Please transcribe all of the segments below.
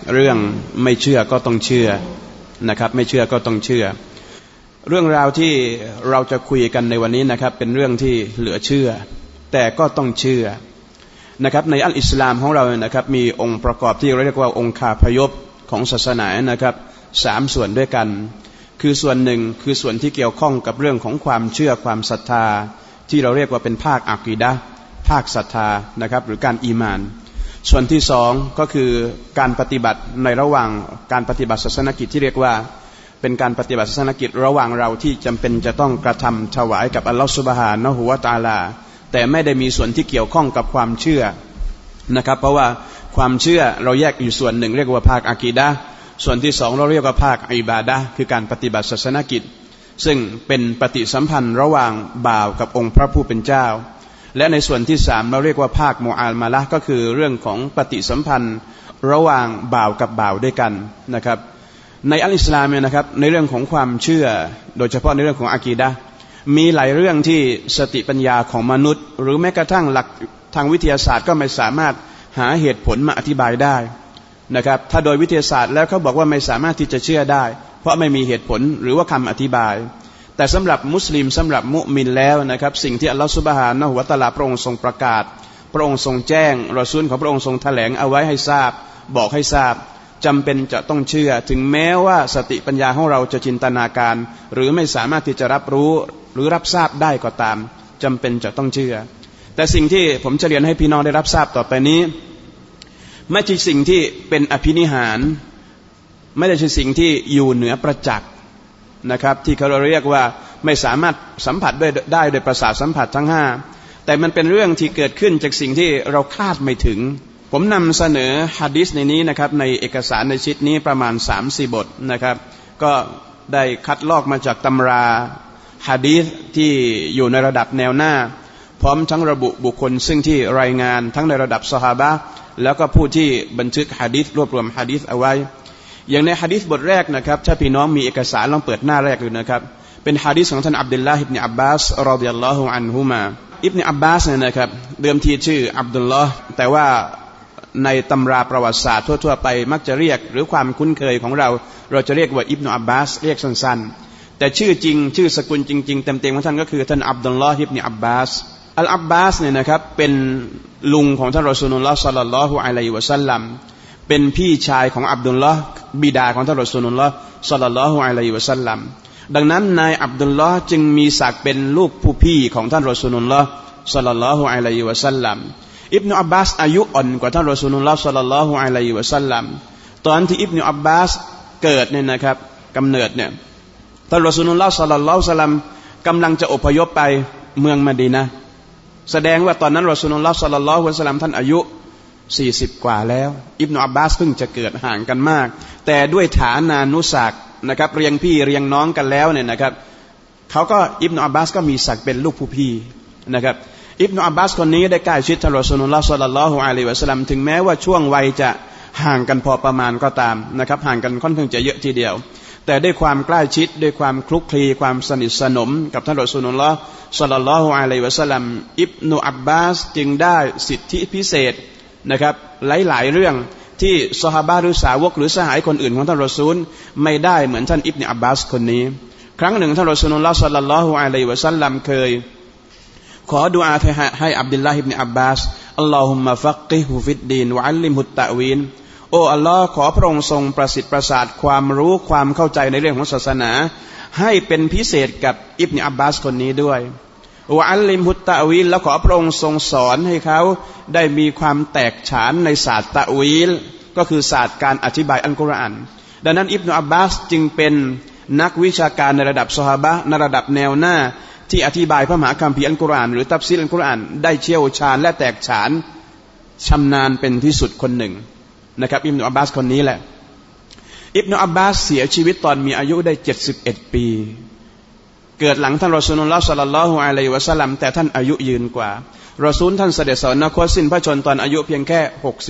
เรื่องไม่เชื่อก็ต้องเชื่อนะครับไม่เชื่อก็ต้องเชื่อเรื่องราวที่เราจะคุยกันในวันนี้นะครับเป็นเรื่องที่เหลือเชื่อแต่ก็ต้องเชื่อนะครับในอัลอิสลามของเรานะครับมีองค์ประกอบที่เรียกว่าองค์คาพยพของศาสนานะครับ3ส่วนด้วยกันคือส่วนหนึ่งคือส่วนที่เกี่ยวข้องกับเรื่องของความเชื่อความศรัทธาที่เราเรียกว่าเป็นภาคอะกีดะห์ภาคศรัทธานะครับหรือการอีหม่านส่วนที่2ก็คือการปฏิบัติในระหว่างการปฏิบัติศาสนกิจที่เรียกว่าเป็นการปฏิบัติศาสนกิจระหว่างเราที่จำเป็นจะต้องกระทำถวายกับอัลลอฮฺซุบฮานะฮูวะตะอาลาแต่ไม่ได้มีส่วนที่เกี่ยวข้องกับความเชื่อนะครับเพราะว่าความเชื่อเราแยกอยู่ส่วนหนึ่งเรียกว่าภาคอะกีดะห์ส่วนที่2เราเรียกว่าภาคอิบาดะห์คือการปฏิบัติศาสนกิจซึ่งเป็นปฏิสัมพันธ์ระหว่างบ่าวกับองค์พระผู้เป็นเจ้าและในส่วนที่3เราเรียกว่าภาคมุอาลมาละห์ก็คือเรื่องของปฏิสัมพันธ์ระหว่างบ่าวกับบ่าวด้วยกันนะครับในอัลอิสลามเนี่ยนะครับในเรื่องของความเชื่อโดยเฉพาะในเรื่องของอะกีดะห์มีหลายเรื่องที่สติปัญญาของมนุษย์หรือแม้กระทั่งหลักทางวิทยาศาสตร์ก็ไม่สามารถหาเหตุผลมาอธิบายได้นะครับถ้าโดยวิทยาศาสตร์แล้วเขาบอกว่าไม่สามารถที่จะเชื่อได้เพราะไม่มีเหตุผลหรือว่าคำอธิบายแต่สำหรับมุสลิมสำหรับมุมินแล้วนะครับสิ่งที่อัลลอฮฺซุบฮานะฮูวะตะอาลาพระองค์ทรงประกาศพระองค์ทรงแจ้งรอซูลของพระองค์ทรงแถลงเอาไว้ให้ทราบบอกให้ทราบจำเป็นจะต้องเชื่อถึงแม้ว่าสติปัญญาของเราจะจินตนาการหรือไม่สามารถที่จะรับรู้หรือรับทราบได้ก็ตามจำเป็นจะต้องเชื่อแต่สิ่งที่ผมจะเรียนให้พี่น้องได้รับทราบต่อไปนี้ไม่ใช่สิ่งที่เป็นอภินิหารไม่ได้ใช่สิ่งที่อยู่เหนือประจักษ์นะครับที่เขาเรียกว่าไม่สามารถสัมผัสได้โดยประสาทสัมผัสทั้ง5แต่มันเป็นเรื่องที่เกิดขึ้นจากสิ่งที่เราคาดไม่ถึงผมนำเสนอหะดีษในนี้นะครับในเอกสารในชิ้นนี้ประมาณ 3-4 บทนะครับก็ได้คัดลอกมาจากตำราหะดีษที่อยู่ในระดับแนวหน้าพร้อมทั้งระบุบุคคลซึ่งที่รายงานทั้งในระดับซอฮาบะห์แล้วก็ผู้ที่บันทึกหะดีษรวบรวมหะดีษเอาไว้อย่างในหะดีษบทแรกนะครับถ้าพี่น้องมีเอกสารลองเปิดหน้าแรกดูนะครับเป็นหะดีษของท่านอับดุลลาห์อิบนุอับบาสรอฎิยัลลอฮุอันฮุมาอิบนุอับบาสเนี่ยนะครับเดิมทีชื่ออับดุลลอฮ์แต่ว่าในตำราประวัติศาสตร์ทั่วๆไปมักจะเรียกหรือความคุ้นเคยของเราจะเรียกว่าอิบนุอับบาสเรียกสั้นๆแต่ชื่อจริงชื่อสกุลจริงๆเต็มๆของท่านก็คือท่านอับดุลลอฮ์อิบนุอับบาสอัลอับบาสเนี่ยนะครับเป็นลุงของท่านรอซูลุลลอฮ์ศ็อลลัลลอฮุอะลัยฮิวะซัลลัมเป็นพี่ชายของอับดุลลอฮ์บิดาของท่านรอซูลุลลอฮ์ศ็อลลัลลอฮุอะลัยฮิวะซัลลัมดังนั้นนายอับดุลลอฮ์จึงมีศักดิ์เป็นลูกผู้พี่ของท่านรอซูลุลลอฮ์ศ็อลลัลลอฮุอะลัยฮิวะซัลลัมอิบนุอับบาสอายุอ่อนกว่าท่านรอซูลุลลอฮ์ศ็อลลัลลอฮุอะลัยฮิวะซัลลัมตอนที่อิบนุอับบาสเกิดเนี่ยนะครับกำเนิดเนี่ยท่านรอซูลุลลอฮ์ศ็อลลัลลอฮุอะลัยฮิวะซัลลัมกำลังจะอพยพไปเมืองมะดีนะห์แสดงว่าตอนนั้นรอซูลุลลอฮ์ศ็อลลัลลอฮุอะลัยฮิวะซัลลัมท่านอายุ40กว่าแล้วอิบนุอับบาสเพิ่งจะเกิดห่างกันมากแต่ด้วยฐานานุศักดิ์นะครับเรียงพี่เรียงน้องกันแล้วเนี่ยนะครับเขาก็อิบนุอับบาสก็มีศักดิ์เป็นลูกผู้พี่นะครับอิบนุอับบาสคนนี้ได้ใกล้ชิดท่านรอซูลุลลอฮ์ศ็อลลัลลอฮุอะลัยฮิวะซัลลัมถึงแม้ว่าช่วงวัยจะห่างกันพอประมาณก็ตามนะครับห่างกันค่อนข้างจะเยอะทีเดียวแต่ด้วยความใกล้ชิดด้วยความคลุกคลีความสนิทสนมกับท่านรอซูลุลลอฮ์ศ็อลลัลลอฮุอะลัยฮิวะซัลลัมอิบนุอับบาสจึงได้สิทธิพิเศษนะครับหลายๆเรื่องที่ซอฮาบะห์หรือสาวกหรือสหายคนอื่นของท่านรอซูลไม่ได้เหมือนท่านอิบนุอับบาสคนนี้ครั้งหนึ่งท่านรอซูลุลลอฮ์ศ็อลลัลลอฮุอะลัยฮิวะซัลลัมเคยขอดุอาให้อับดุลลาห์อิบนุอับบาสอัลลอฮุมมะฟักกิฮุฟิดดีนวะอัลลิมฮุตตะวีนโอ้อัลลอฮ์ขอพระองค์ทรงประสิทธิ์ประสาทความรู้ความเข้าใจในเรื่องของศาสนาให้เป็นพิเศษกับอิบนุอับบาสคนนี้ด้วยวะอัลลิมฮุตตะวีนแล้วขอพระองค์ทรงสอนให้เขาได้มีความแตกฉานในศาสตร์ตะวีลก็คือศาสตร์การอธิบายอัลกุรอานดังนั้นอิบนุอับบาสจึงเป็นนักวิชาการในระดับซอฮาบะห์ในระดับแนวหน้าที่อธิบายพระมหาคัมภีร์อัลกุรอานหรือตัฟซีรอัลกุรอานได้เชี่ยวชาญและแตกฉานชำนาญเป็นที่สุดคนหนึ่งนะครับอิบนุอับบาสคนนี้แหละอิบนุอับบาสเสียชีวิตตอนมีอายุได้71ปีเกิดหลังท่านรอซูลุลลอฮ์ศ็อลลัลลอฮุอะลัยฮิวะซัลลัมแต่ท่านอายุยืนกว่ารอซูลท่านเสด็จสวรรคตสิ้นพระชนม์ตอนอายุเพียงแค่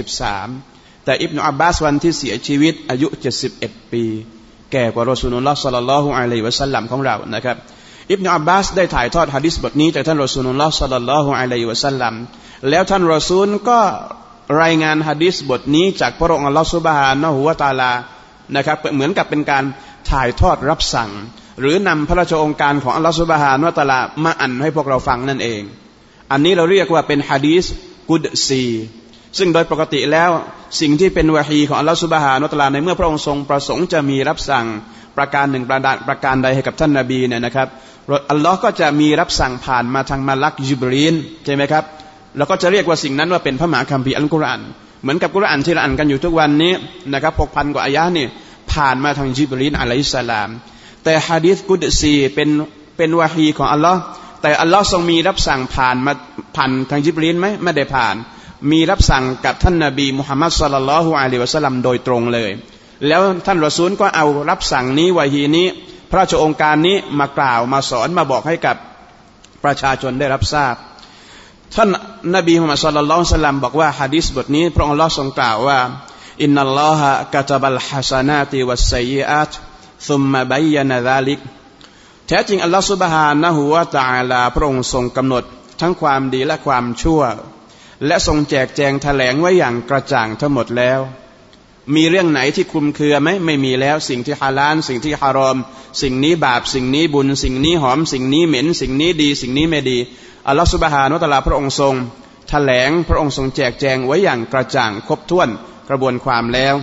63แต่อิบนุอับบาสวันที่เสียชีวิตอายุ71ปีแก่กว่ารอซูลุลลอฮ์ศ็อลลัลลอฮุอะลัยฮิวะซัลลัมของเรานะครับอิบนุอับบาสได้ถ่ายทอดหะดีษบทนี้จากท่านรอซูลุลลอฮ์ศ็อลลัลลอฮุอะลัยฮิวะซัลลัมแล้วท่านรอซูลก็รายงานหะดีษบทนี้จากพระองค์อัลลอฮฺซุบฮานะฮูวะตะอาลานะครับเหมือนกับเป็นการถ่ายทอดรับสั่งหรือนำพระราชโองการของอัลลอฮฺซุบฮานะฮูวะตะอาลามาอ่านให้พวกเราฟังนั่นเองอันนี้เราเรียกว่าเป็นหะดีษกุดซีซึ่งโดยปกติแล้วสิ่งที่เป็นวะฮีของอัลลอฮฺซุบฮานะฮูวะตะอาลาในเมื่อพระองค์ทรงประสงค์จะมีรับสั่งประการหนึ่งประการใดให้กับท่านนบีเนี่ยนะครับอัลลอฮ์ก็จะมีรับสั่งผ่านมาทางมาลักญิบรีลใช่ไหมครับแล้วก็จะเรียกว่าสิ่งนั้นว่าเป็นพระมหาคัมภีร์อัลกุรอานเหมือนกับกุรอานที่เราอ่านกันอยู่ทุกวันนี้นะครับ 6,000 กว่าอายะห์นี่ผ่านมาทางญิบรีลอะลัยฮิสสลามแต่หะดีษกุดซีเป็นวะฮีของอัลลอฮ์แต่อัลลอฮ์ทรงมีรับสั่งผ่านทางญิบรีลไหมไม่ได้ผ่านมีรับสั่งกับท่านนบีมุฮัมมัดศ็อลลัลลอฮุอะลัยฮิวะซัลลัมโดยตรงเลยแล้วท่านรอซูลก็เอารับสั่งนี้วะฮีนี้พระราชโองการนี้มากล่าวมาสอนมาบอกให้กับประชาชนได้รับทราบท่านนบีมุฮัมมัดศ็อลลัลลอฮุอะลัยฮิวะซัลลัมบอกว่าหะดีษบทนี้พระองค์อัลลอฮ์ทรงกล่าวว่าอินนัลลอฮะกะตะบัลฮะซะนาติวัสซัยยิอาตซุมมะบัยยะนะซาลิกแท้จริงอัลลอฮ์ซุบฮานะฮูวะตะอาลาพระองค์ทรงกำหนดทั้งความดีและความชั่วและทรงแจกแจงแถลงไว้อย่างกระจ่างทั้งหมดแล้วมีเรื่องไหนที่คลุมเครือไหมไม่มีแล้วสิ่งที่ฮาลาลสิ่งที่ฮารอมสิ่งนี้บาปสิ่งนี้บุญสิ่งนี้หอมสิ่งนี้เหม็นสิ่งนี้ดีสิ่งนี้ไม่ดีอัลลอฮฺซุบฮานะฮูวะตะอาลาพระองค์ทรงแถลงพระองค์ทรงแจกแจงไว้อย่างกระจ่างครบถ้วนกระบวนความแล้ว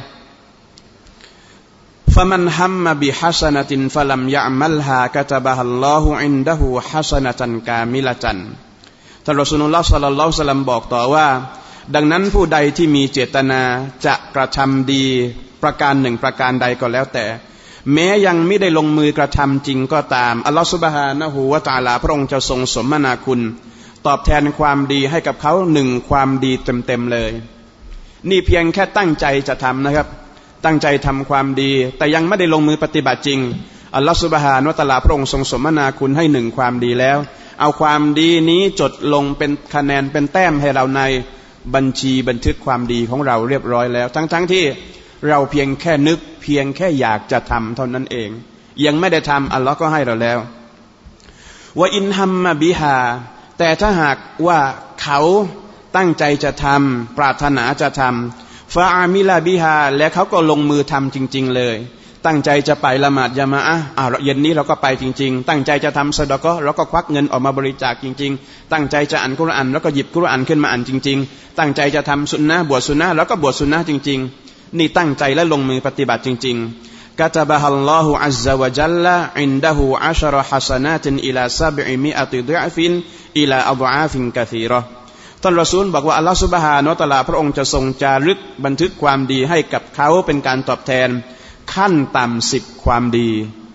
فمن هم بحسنة فلم يعملها كتبها الله عنده حسنة كاملة ท่านรอซูลุลลอฮ์ ศ็อลลัลลอฮุอะลัยฮิวะซัลลัมบอกต่อว่าดังนั้นผู้ใดที่มีเจตนาจะกระทำดีประการหนึ่งประการใดก็แล้วแต่แม้ยังไม่ได้ลงมือกระทำจริงก็ตามอัลลอฮฺซุบฮานะฮูวะตะอาลาพระองค์จะทรงสมนาคุณตอบแทนความดีให้กับเขาหนึ่งความดีเต็มๆเลยนี่เพียงแค่ตั้งใจจะทำนะครับตั้งใจทำความดีแต่ยังไม่ได้ลงมือปฏิบัติจริงอัลลอฮฺซุบฮานะฮูวะตะอาลาพระองค์ทรงสมนาคุณให้หนึ่งความดีแล้วเอาความดีนี้จดลงเป็นคะแนนเป็นแต้มให้เราในบัญชีบันทึกความดีของเราเรียบร้อยแล้วทั้งที่เราเพียงแค่นึกเพียงแค่อยากจะทำเท่านั้นเองยังไม่ได้ทำอัลลอฮ์ก็ให้เราแล้วว่าอินฮัมมะบิฮาแต่ถ้าหากว่าเขาตั้งใจจะทำปรารถนาจะทำฟาอามิลาบิฮาและเขาก็ลงมือทำจริงๆเลยตั้งใจจะไปละหมาดญะมาอะห์เย็นนี้เราก็ไปจริงๆตั้งใจจะทำซะดะกอฮ์เราก็ควักเงินออกมาบริจาคจริงๆตั้งใจจะอ่านกุรอานแล้วก็หยิบกุรอานขึ้นมาอ่านจริงๆตั้งใจจะทำสุนนะห์บวชสุนนะห์แล้วก็บวชสุนนะห์จริงๆนี่ตั้งใจและลงมือปฏิบัติจริงๆกะตะบะฮัลลอฮุอัซซะวะญัลละอินดะฮูอัชเราะฮะซะนาตินอิลา700ฎิอฟินอิลาอัฎอาฟินกะซีเราะห์ท่านรอซูลบอกว่าอัลลอฮฺซุบฮานะฮูวะตะอาลาพระองค์จะทรงจารึกบันทึกความดีให้กับเขาเป็นการตอบแทนขั้นต่ำ10ความดี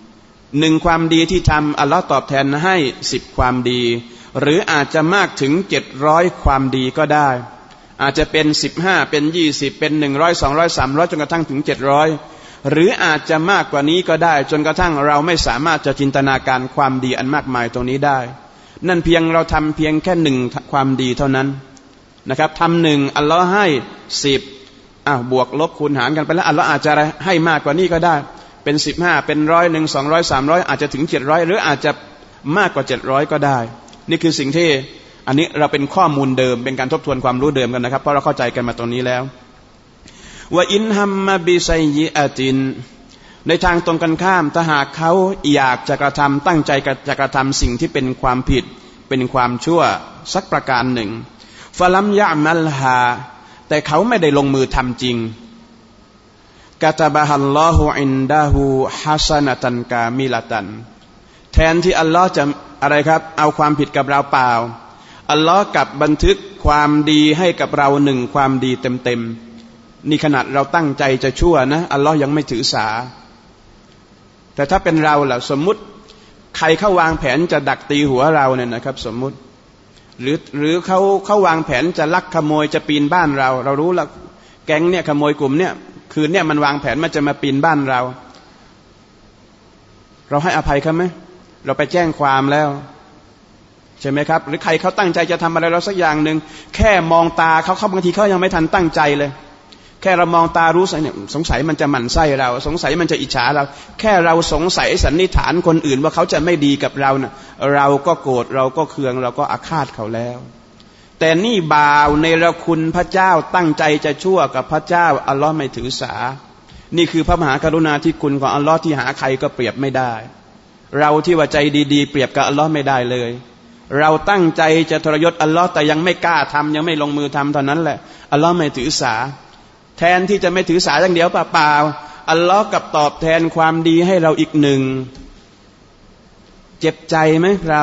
1ความดีที่ทำอัลลอฮ์ตอบแทนให้10ความดีหรืออาจจะมากถึง700ความดีก็ได้อาจจะเป็น15เป็น20เป็น100 200 300จนกระทั่งถึง700หรืออาจจะมากกว่านี้ก็ได้จนกระทั่งเราไม่สามารถจะจินตนาการความดีอันมากมายตรงนี้ได้นั่นเพียงเราทำเพียงแค่1ความดีเท่านั้นนะครับทำ1อัลลอฮ์ให้10บวกลบคูณหารกันไปแล้วอัลลอฮ์อาจจะให้มากกว่านี้ก็ได้เป็น15เป็น100 200 300อาจจะถึง700หรืออาจจะมากกว่า700ก็ได้นี่คือสิ่งที่อันนี้เราเป็นข้อมูลเดิมเป็นการทบทวนความรู้เดิมกันนะครับเพราะเราเข้าใจกันมาตรงนี้แล้วว่าอินฮัมมะบิซัยยิอะตินในทางตรงกันข้ามถ้าหากเขาอยากจะกระทำตั้งใจจะกระทำสิ่งที่เป็นความผิดเป็นความชั่วสักประการหนึ่งฟะลัมยะมัลฮาแต่เขาไม่ได้ลงมือทำจริงกะตะบะฮัลลอฮุอินดะฮูฮัสนะตันกามิละตันแทนที่อัลลอฮ์จะอะไรครับเอาความผิดกับเราเปล่าอัลลอฮ์กับบันทึกความดีให้กับเรา1ความดีเต็มๆนี่ขนาดเราตั้งใจจะชั่วนะอัลลอฮ์ยังไม่ถือสาแต่ถ้าเป็นเราล่ะสมมุติใครเข้าวางแผนจะดักตีหัวเราเนี่ยนะครับสมมุติหรือเขาวางแผนจะลักขโมยจะปีนบ้านเรารู้แล้วแก๊งเนี่ยขโมยกลุ่มเนี่ยคืนเนี่ยมันวางแผนมันจะมาปีนบ้านเราให้อภัยเขาไหมเราไปแจ้งความแล้วใช่ไหมครับหรือใครเขาตั้งใจจะทำอะไรเราสักอย่างหนึ่งแค่มองตาเขาบางทีเขายังไม่ทันตั้งใจเลยแค่เรามองตารู้สึกเนี่ยสงสัยมันจะหมั่นไส้เราสงสัยมันจะอิจฉาเราแค่เราสงสัยสันนิษฐานคนอื่นว่าเขาจะไม่ดีกับเราเนี่ยเราก็โกรธเราก็เคืองเราก็อาฆาตเขาแล้วแต่นี่บ่าวเนรคุณพระเจ้าตั้งใจจะชั่วกับพระเจ้าอัลลอฮ์ไม่ถือสานี่คือพระมหากรุณาธิคุณของอัลลอฮ์ที่หาใครก็เปรียบไม่ได้เราที่ว่าใจดีๆเปรียบกับอัลลอฮ์ไม่ได้เลยเราตั้งใจจะทรยศอัลลอฮ์แต่ยังไม่กล้าทำยังไม่ลงมือทำเท่านั้นแหละอัลลอฮ์ไม่ถือสาแทนที่จะไม่ถือสาอย่างเดียวเปล่าๆอัลลอฮ์กับตอบแทนความดีให้เราอีกหนึ่งเจ็บใจไหมเรา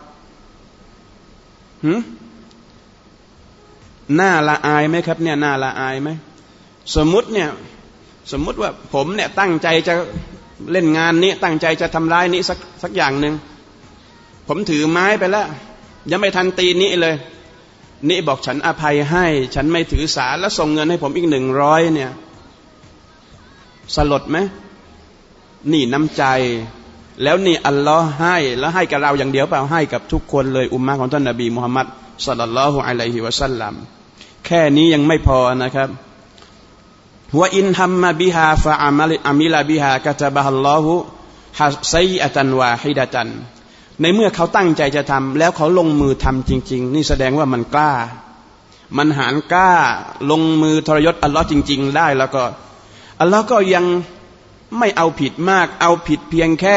น่าละอายไหมครับเนี่ยน่าละอายไหมสมมุติว่าผมเนี่ยตั้งใจจะเล่นงานนี้ตั้งใจจะทำร้ายนี้สักอย่างหนึ่งผมถือไม้ไปแล้วยังไม่ทันตีนี้เลยนี่บอกฉันอภัยให้ฉันไม่ถือสาแล้วส่งเงินให้ผมอีก100เนี่ยสลดไหมนี่น้ำใจแล้วนี่อัลลอฮ์ให้แล้วให้กับเราอย่างเดียวเปล่าให้กับทุกคนเลยอุมมะของท่านนบีมุฮัมมัดศ็อลลัลลอฮุอะลัยฮิวะซัลลัมแค่นี้ยังไม่พอนะครับว่าอินฮัมมะบิฮาฟะอามิลาบิฮากะตะบะฮัลลอฮุซัยอะตันวาฮิดะตันในเมื่อเขาตั้งใจจะทำแล้วเขาลงมือทำจริงๆนี่แสดงว่ามันกล้ามันหารกล้าลงมือทรยศอัลลอฮ์จริงๆได้แล้วก็อัลลอฮ์ก็ยังไม่เอาผิดมากเอาผิดเพียงแค่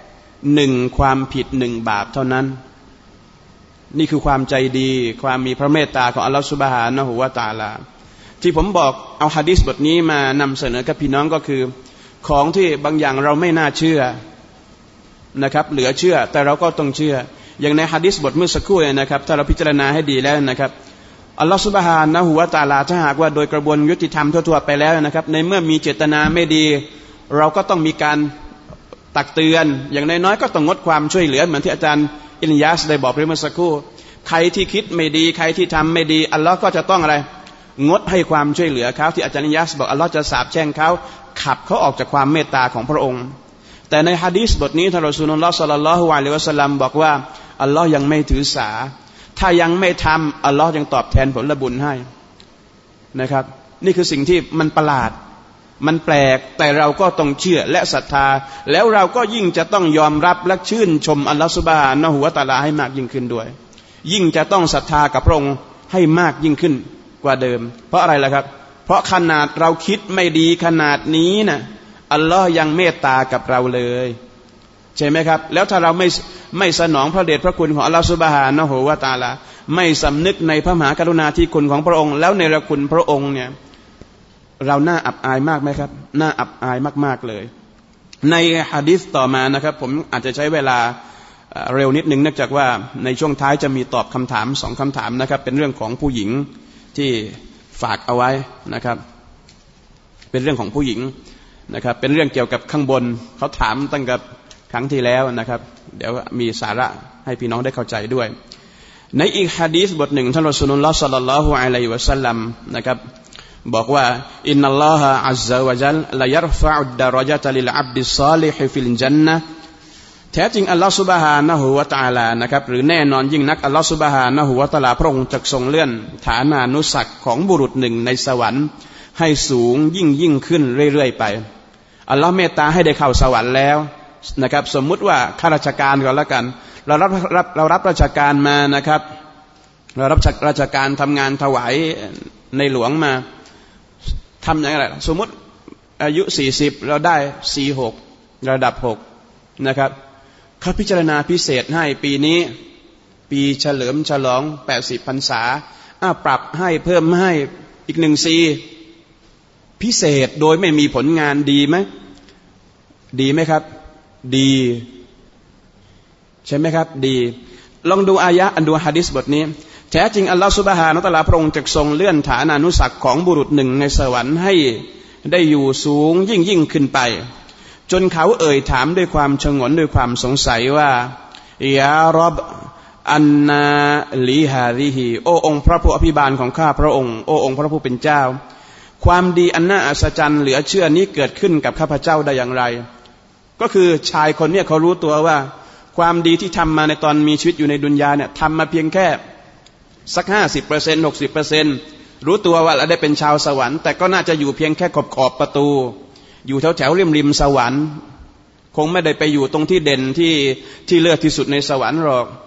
1ความผิด1บาปเท่านั้นนี่คือความใจดีความมีพระเมตตาของอัลลอฮฺซุบฮานะฮูวะตะอาลาที่ผมบอกเอาหะดีษบทนี้มานำเสนอกับพี่น้องก็คือของที่บางอย่างเราไม่น่าเชื่อนะครับเหลือเชื่อแต่เราก็ต้องเชื่ออย่างในหะดีษบทเมื่อสักครู่นะครับถ้าเราพิจารณาให้ดีแล้วนะครับอัลลอฮฺซุบฮานะฮูวะตะอาลาถ้าหากว่าโดยกระบวนยุติธรรมทั่วๆไปแล้วนะครับในเมื่อมีเจตนาไม่ดีเราก็ต้องมีการตักเตือนอย่างน้อยๆก็ต้องงดความช่วยเหลือเหมือนที่อาจารย์อิลยาสได้บอกไปเมื่อสักครู่ใครที่คิดไม่ดีใครที่ทำไม่ดีอัลลอฮ์ก็จะต้องอะไรงดให้ความช่วยเหลือเขาที่อาจารย์อิลยาสบอกอัลลอฮ์จะสาปแช่งเขาขับเขาออกจากความเมตตาของพระองค์แต่ในหะดีษบทนี้ท่านรอซูลุลลอฮ์ ศ็อลลัลลอฮุอะลัยฮิวะซัลลัมบอกว่าอัลลอฮ์ยังไม่ถือสาถ้ายังไม่ทำอัลลอฮ์ยังตอบแทนผลบุญให้นะครับนี่คือสิ่งที่มันประหลาดมันแปลกแต่เราก็ต้องเชื่อและศรัทธาแล้วเราก็ยิ่งจะต้องยอมรับและชื่นชมอัลลอฮฺซุบฮานะฮูวะตะอาลาให้มากยิ่งขึ้นด้วยยิ่งจะต้องศรัทธากับพระองค์ให้มากยิ่งขึ้นกว่าเดิมเพราะอะไรล่ะครับเพราะขนาดเราคิดไม่ดีขนาดนี้นะอัลลอฮ์ยังเมตตากับเราเลยใช่ไหมครับแล้วถ้าเราไม่สนองพระเดชพระคุณของอัลลอฮฺซุบฮานะฮูวะตะอาลาไม่สำนึกในพระมหากรุณาธิคุณของพระองค์แล้วในพระคุณพระองค์เนี่ยเราน่าอับอายมากไหมครับน่าอับอายมากๆเลยในหะดีษต่อมานะครับผมอาจจะใช้เวลาเร็วนิดนึงเนื่องจากว่าในช่วงท้ายจะมีตอบคำถาม2คำถามนะครับเป็นเรื่องของผู้หญิงที่ฝากเอาไว้นะครับเป็นเรื่องของผู้หญิงนะครับเป็นเรื่องเกี่ยวกับข้างบนเขาถามตั้งแต่ครั้งที่แล้วนะครับเดี๋ยวมีสาระให้พี่น้องได้เข้าใจด้วยในอีกหะดีษบทหนึ่งท่านรอซูลุลลอฮ์ ศ็อลลัลลอฮุอะลัยฮิวะซัลลัมนะครับบอกว่าอินนัลลอฮะอัซซะวะญัลละยัรฟะอุดดะเราะญะตะลิลอับดิศศอลิฮฟิลญันนะห์แท้จริงอัลลอฮฺซุบฮานะฮูวะตะอาลานะครับหรือแน่นอนยิ่งนักอัลลอฮฺซุบฮานะฮูวะตะอาลาพระองค์จะทรงเลื่อนฐานานุศักดิ์ของบุรุษหนึ่งในสวรรค์ให้สูงยิ่งขึ้นเรื่อยๆไปอัลลอฮฺเมตตาให้ได้เข้าสวรรค์แล้วนะครับสมมุติว่าข้าราชการก็แล้วกันเรารับราชการมานะครับเรารับราชการทำงานถวายในหลวงมาทำอย่างไรสมมติอายุ40เราได้46ระดับ6นะครับเขาพิจารณาพิเศษให้ปีนี้ปีเฉลิมฉลอง80พรรษาปรับให้เพิ่มให้อีก1 ซีพิเศษโดยไม่มีผลงานดีไหมดีไหมครับดีใช่ไหมครับดีลองดูอายะห์ดูหะดีษบทนี้แท้จริงอัลลอฮฺซุบฮานะฮูวะตะอาลาพระองค์จะทรงเลื่อนฐานานุศักดิ์ของบุรุษหนึ่งในสวรรค์ให้ได้อยู่สูงยิ่งขึ้นไปจนเขาเอ่ยถามด้วยความฉงนด้วยความสงสัยว่ายาร็อบอันนาลิฮาซิฮีโอ้องค์พระผู้อภิบาลของข้าพระองค์โอ้องค์พระผู้เป็นเจ้าความดีอันน่าอัศจรรย์เหลือเชื่อนี้เกิดขึ้นกับข้าพเจ้าได้อย่างไรก็คือชายคนนี้เขารู้ตัวว่าความดีที่ทำมาในตอนมีชีวิตอยู่ในดุนยาเนี่ยทำมาเพียงแค่สัก 50% 60% รู้ตัวว่าเราได้เป็นชาวสวรรค์แต่ก็น่าจะอยู่เพียงแค่ขอบประตูอยู่แถวริมสวรรค์คงไม่ได้ไปอยู่ตรงที่เด่นที่เลิศที่สุดในสวรรค์หรอก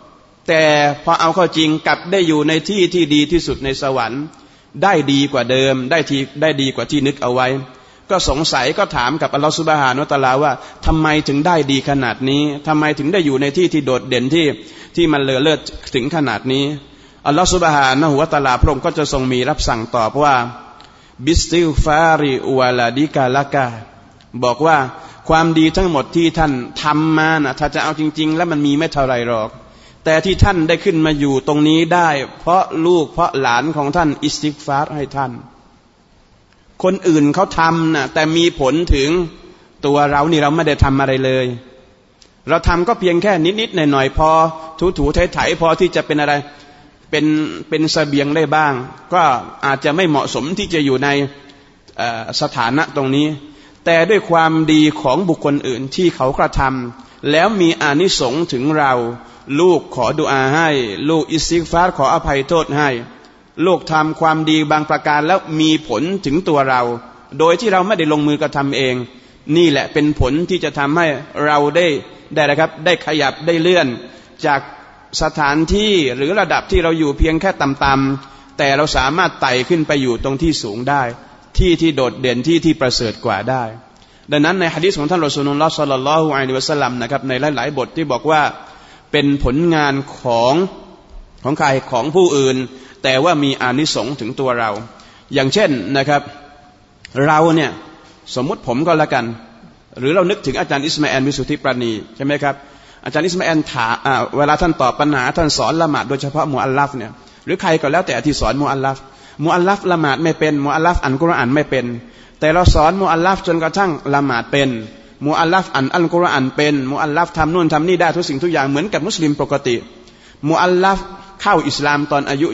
แต่พอเอาเข้าจริงกลับได้อยู่ในที่ที่ดีที่สุดในสวรรค์ได้ดีกว่าเดิมได้ดีกว่าที่นึกเอาไว้ก็สงสัยก็ถามกับอัลลอฮฺซุบฮานะฮูวะตะอาลาว่าทำไมถึงได้ดีขนาดนี้ทำไมถึงได้อยู่ในที่ที่โดดเด่นที่มันเลอเลิศถึงขนาดนี้อัลลอฮฺซุบฮานะฮูวะตะอาลาพระองค์ก็จะทรงมีรับสั่งตอบว่าบิสติฆฟาริวะลาดิกะละกะบอกว่าความดีทั้งหมดที่ท่านทำมานะถ้าจะเอาจริงๆแล้วมันมีไม่เท่าไรหรอกแต่ที่ท่านได้ขึ้นมาอยู่ตรงนี้ได้เพราะลูกเพราะหลานของท่านอิสติฆฟารให้ท่านคนอื่นเขาทำนะแต่มีผลถึงตัวเรานี่เราไม่ได้ทำอะไรเลยเราทำก็เพียงแค่นิดๆหน่อยๆพอถูๆไถๆพอที่จะเป็นอะไรเป็นเสบียงได้บ้างก็อาจจะไม่เหมาะสมที่จะอยู่ในสถานะตรงนี้แต่ด้วยความดีของบุคคลอื่นที่เขากระทำแล้วมีอานิสงส์ถึงเราลูกขอดุอาให้ลูกอิสติฆฟารขออภัยโทษให้ลูกทำความดีบางประการแล้วมีผลถึงตัวเราโดยที่เราไม่ได้ลงมือกระทำเองนี่แหละเป็นผลที่จะทำให้เราได้นะครับได้ขยับได้เลื่อนจากสถานที่หรือระดับที่เราอยู่เพียงแค่ต่ำๆแต่เราสามารถไต่ขึ้นไปอยู่ตรงที่สูงได้ที่โดดเด่นที่ประเสริฐกว่าได้ดังนั้นในหะดีษของท่านรอซูลุลลอฮ์ศ็อลลัลลอฮุอะลัยฮิวะซัลลัมนะครับในหลายๆบทที่บอกว่าเป็นผลงานของใครของผู้อื่นแต่ว่ามีอานิสงส์ถึงตัวเราอย่างเช่นนะครับเราเนี่ยสมมุติผมก็แล้วกันหรือเรานึกถึงอาจารย์อิสมาอีลวิสุทธิปราณีใช่ไหมครับอาจารย์อิสมาอีลถามเวลาท่านตอบปัญหาท่านสอนละหมาดโดยเฉพาะมุอัลลัฟเนี่ยหรือใครก็แล้วแต่ที่สอนมุอัลลัฟละหมาดไม่เป็นมุอัลลัฟอ่านกุรอานไม่เป็นแต่เราสอนมุอัลลัฟจนกระทั่งละหมาดเป็นมุอัลลัฟอ่านอัลกุรอานเป็นมุอัลลัฟทำนู่นทำนี่ได้ทุกสิ่งทุกอย่างเหมือนกับมุสลิมปกติมุอัลลัฟเข้าอิสลามตอนอายุ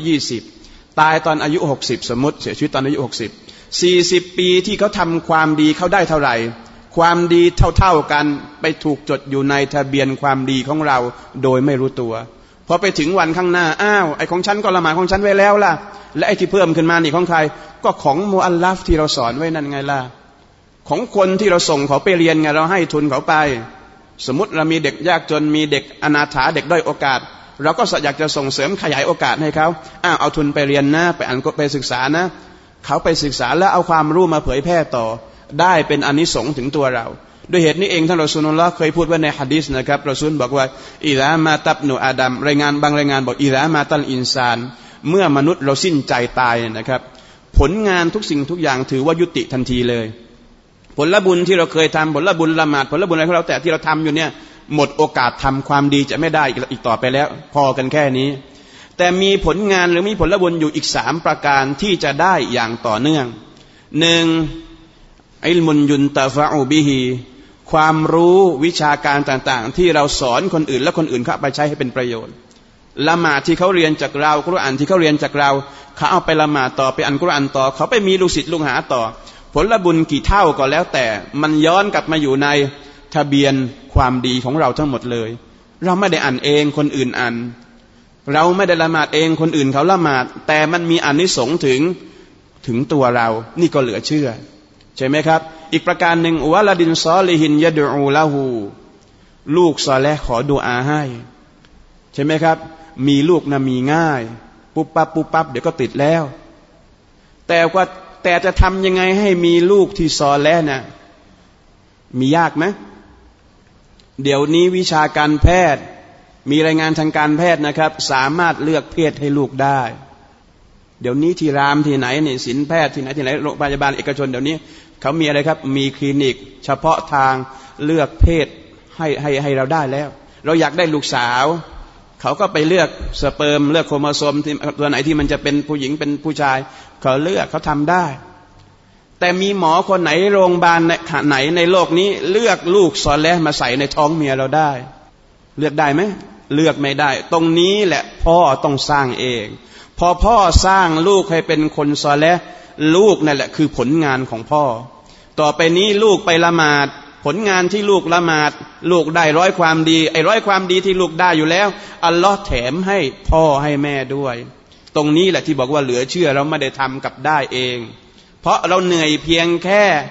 20ตายตอนอายุ60สมมติเสียชีวิตตอนอายุ40ปีที่เขาทำความดีเขาได้เท่าไหร่ความดีเท่ากันไปถูกจดอยู่ในทะเบียนความดีของเราโดยไม่รู้ตัวพอไปถึงวันข้างหน้าอ้าวไอ้ของฉันก็ละหมาดของฉันไว้แล้วล่ะและไอ้ที่เพิ่มขึ้นมานี่ของใครก็ของมุอัลลัฟที่เราสอนไว้นั่นไงล่ะของคนที่เราส่งเขาไปเรียนไงเราให้ทุนเขาไปสมมติเรามีเด็กยากจนมีเด็กอนาถาเด็กด้อยโอกาสเราก็อยากจะส่งเสริมขยายโอกาสให้เขาเอาทุนไปเรียนนะไปอ่านไปศึกษานะเขาไปศึกษาแล้วเอาความรู้มาเผยแพร่ต่อได้เป็นอานิสงส์ถึงตัวเราด้วยเหตุนี้เองท่านรอซูลุลลอฮ์เคยพูดไว้ในหะดีษนะครับรอซูลบอกว่าอิซามาตับนุอาดัมรายงานบางรายงานบอกอิซามาตัลอินซานเมื่อมนุษย์เราสิ้นใจตายนะครับผลงานทุกสิ่งทุกอย่างถือว่ายุติทันทีเลยผลบุญที่เราเคยทำผลบุญละหมาดผลบุญอะไรก็แล้วแต่ที่เราทำอยู่เนี่ยหมดโอกาสทำความดีจะไม่ได้อีกต่อไปแล้วพอกันแค่นี้แต่มีผลงานหรือมีผลบุญอยู่อีก3ประการที่จะได้อย่างต่อเนื่อง1อิลมุนยุนตะฟะอูบิฮิความรู้วิชาการต่างๆที่เราสอนคนอื่นและคนอื่นเขาไปใช้ให้เป็นประโยชน์ละหมาดที่เขาเรียนจากเรากุรอานที่เขาเรียนจากเราเขาเอาไปละหมาดต่อไปอ่านกุรอานต่อเขาไปมีลูกศิษย์ลูกหาต่อผลบุญกี่เท่าก็แล้วแต่มันย้อนกลับมาอยู่ในทะเบียนความดีของเราทั้งหมดเลยเราไม่ได้อ่านเองคนอื่นอ่านเราไม่ได้ละหมาดเองคนอื่นเขาละหมาดแต่มันมีอานิสงส์ถึงตัวเรานี่ก็เหลือเชื่อใช่ไหมครับอีกประการหนึ่งวะลาดินซอลิฮินยะดูอูละหูลูกซอเลห์ขอดุอาให้ใช่ไหมครับมีลูกนะมีง่ายปุ๊บปั๊บเดี๋ยวก็ติดแล้วแต่จะทำยังไงให้มีลูกที่ซอเลห์นะมียากไหมเดี๋ยวนี้วิชาการแพทย์มีรายงานทางการแพทย์นะครับสามารถเลือกเพศให้ลูกได้เดี๋ยวนี้ที่รามที่ไหนเนี่ยศิลป์แพทย์ที่ไหนโรงพยาบาลเอกชนเดี๋ยวนี้เขามีอะไรครับมีคลินิกเฉพาะทางเลือกเพศให้เราได้แล้วเราอยากได้ลูกสาวเขาก็ไปเลือกสเปิร์มเลือกโครโมโซมตัวไหนที่มันจะเป็นผู้หญิงเป็นผู้ชายเขาเลือกเขาทำได้แต่มีหมอคนไหนโรงพยาบาลไหนในโลกนี้เลือกลูกซอเลห์มาใส่ในท้องเมียเราได้เลือกได้ไหมเลือกไม่ได้ตรงนี้แหละพ่อต้องสร้างเองพอพ่อสร้างลูกให้เป็นคนซอเลห์ลูกนั่นแหละคือผลงานของพ่อต่อไปนี้ลูกไปละหมาดผลงานที่ลูกละหมาดลูกได้100ความดีไอ้100ความดีที่ลูกได้อยู่แล้วอัลลอฮ์แถมให้พ่อให้แม่ด้วยตรงนี้แหละที่บอกว่าเหลือเชื่อเราไม่ได้ทำกับได้เองเพราะเราเหนื่อยเพียงแค่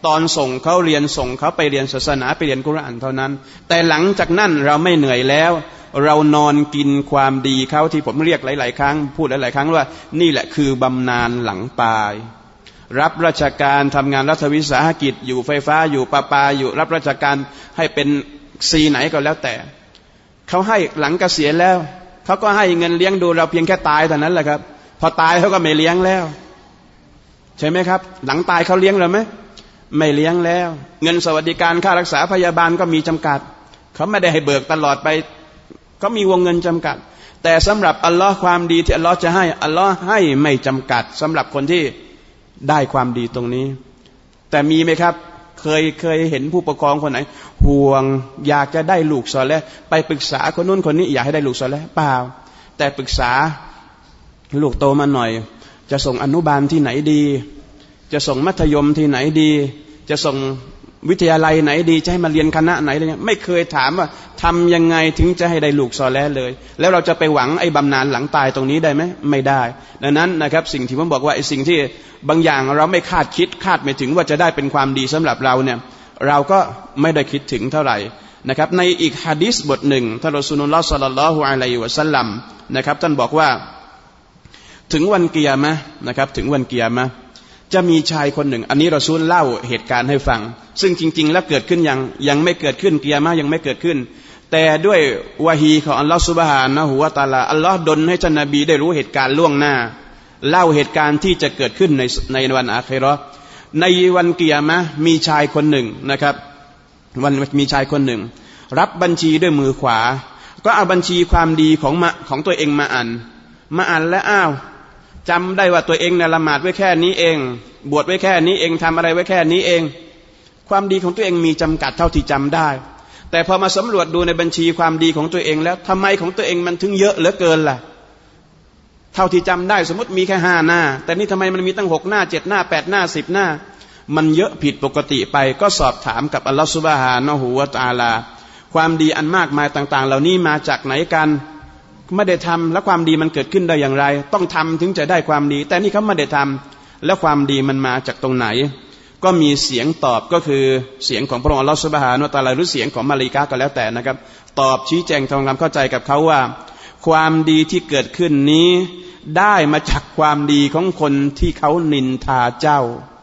ตอนส่งเขาเรียนส่งเขาไปเรียนศาสนาไปเรียนกุรอานเท่านั้นแต่หลังจากนั้นเราไม่เหนื่อยแล้วเรานอนกินความดีเขาที่ผมเรียกหลายๆครั้งพูดหลายๆครั้งว่านี่แหละคือบำนาญหลังตายรับราชการทำงานรัฐวิสาหกิจอยู่ไฟฟ้าอยู่ประปาอยู่รับราชการให้เป็นซีไหนก็แล้วแต่เขาให้หลังเกษียณแล้วเขาก็ให้เงินเลี้ยงดูเราเพียงแค่ตายเท่านั้นแหละครับพอตายเขาก็ไม่เลี้ยงแล้วใช่ไหมครับหลังตายเขาเลี้ยงเราไหมไม่เลี้ยงแล้วเงินสวัสดิการค่ารักษาพยาบาลก็มีจำกัดเขาไม่ได้ให้เบิกตลอดไปก็มีวงเงินจำกัดแต่สำหรับอัลลอฮ์ความดีที่อัลลอฮ์จะให้อัลลอฮ์ให้ไม่จำกัดสำหรับคนที่ได้ความดีตรงนี้แต่มีไหมครับเคยเห็นผู้ปกครองคนไหนห่วงอยากจะได้ลูกซอเลห์ไปปรึกษาคนนู้นคนนี้อยากให้ได้ลูกซอเลห์เปล่าแต่ปรึกษาลูกโตมาหน่อยจะส่งอนุบาลที่ไหนดีจะส่งมัธยมที่ไหนดีจะส่งวิทยาลัยไหนดีจะให้มาเรียนคณะไหนอะไรเงี้ยไม่เคยถามว่าทำยังไงถึงจะให้ได้ลูกซอเลห์เลยแล้วเราจะไปหวังไอ้บำนาญหลังตายตรงนี้ได้ไหมไม่ได้ดังนั้นนะครับสิ่งที่ผมบอกว่าไอ้สิ่งที่บางอย่างเราไม่คาดไม่ถึงว่าจะได้เป็นความดีสำหรับเราเนี่ยเราก็ไม่ได้คิดถึงเท่าไหร่นะครับในอีกหะดีษบทหนึ่งท่านรอซูลุลลอฮ์ศ็อลลัลลอฮุอะลัยฮิวะซัลลัมนะครับท่านบอกว่าถึงวันกิยามะห์นะครับถึงวันกิยามะห์จะมีชายคนหนึ่งอันนี้รอซูลเล่าเหตุการณ์ให้ฟังซึ่งจริงๆแล้วเกิดขึ้นยังไม่เกิดขึ้นกิยามะห์ยังไม่เกิดขึ้นแต่ด้วยวะฮีของอัลลอฮฺซุบฮานะฮูวะตะอาลาอัลลอฮ์ดลให้ท่านนบีได้รู้เหตุการณ์ล่วงหน้าเล่าเหตุการณ์ที่จะเกิดขึ้นในวันอาคิเราะห์ในวันกิยามะห์มีชายคนหนึ่งนะครับมีชายคนหนึ่งรับบัญชีด้วยมือขวาก็เอาบัญชีความดีของตัวเองมาอ่านและอ้าวจำได้ว่าตัวเองเนี่ยละหมาดไว้แค่นี้เองบวชไว้แค่นี้เองทำอะไรไว้แค่นี้เองความดีของตัวเองมีจำกัดเท่าที่จำได้แต่พอมาสำรวจดูในบัญชีความดีของตัวเองแล้วทำไมของตัวเองมันถึงเยอะเหลือเกินล่ะเท่าที่จำได้สมมติมีแค่5 หน้าแต่นี่ทำไมมันมีตั้ง6 หน้า7 หน้า8 หน้า10 หน้ามันเยอะผิดปกติไปก็สอบถามกับอัลลอฮฺซุบฮานะฮูวะตะอาลาความดีอันมากมายต่างๆเหล่านี้มาจากไหนกันไม่ได้ทำแล้วความดีมันเกิดขึ้นได้อย่างไรต้องทำถึงจะได้ความดีแต่นี่เขาไม่ได้ทำแล้วความดีมันมาจากตรงไหนก็มีเสียงตอบก็คือเสียงของพระองค์อัลลอฮฺซุบฮานะฮูวะตะอาลาหรือเสียงของมลาอิกะฮ์ก็แล้วแต่นะครับตอบชี้แจงทำความเข้าใจกับเขาว่าความดีที่เกิดขึ้นนี้ได้มาจากความดีของคนที่เขานินทาเจ้า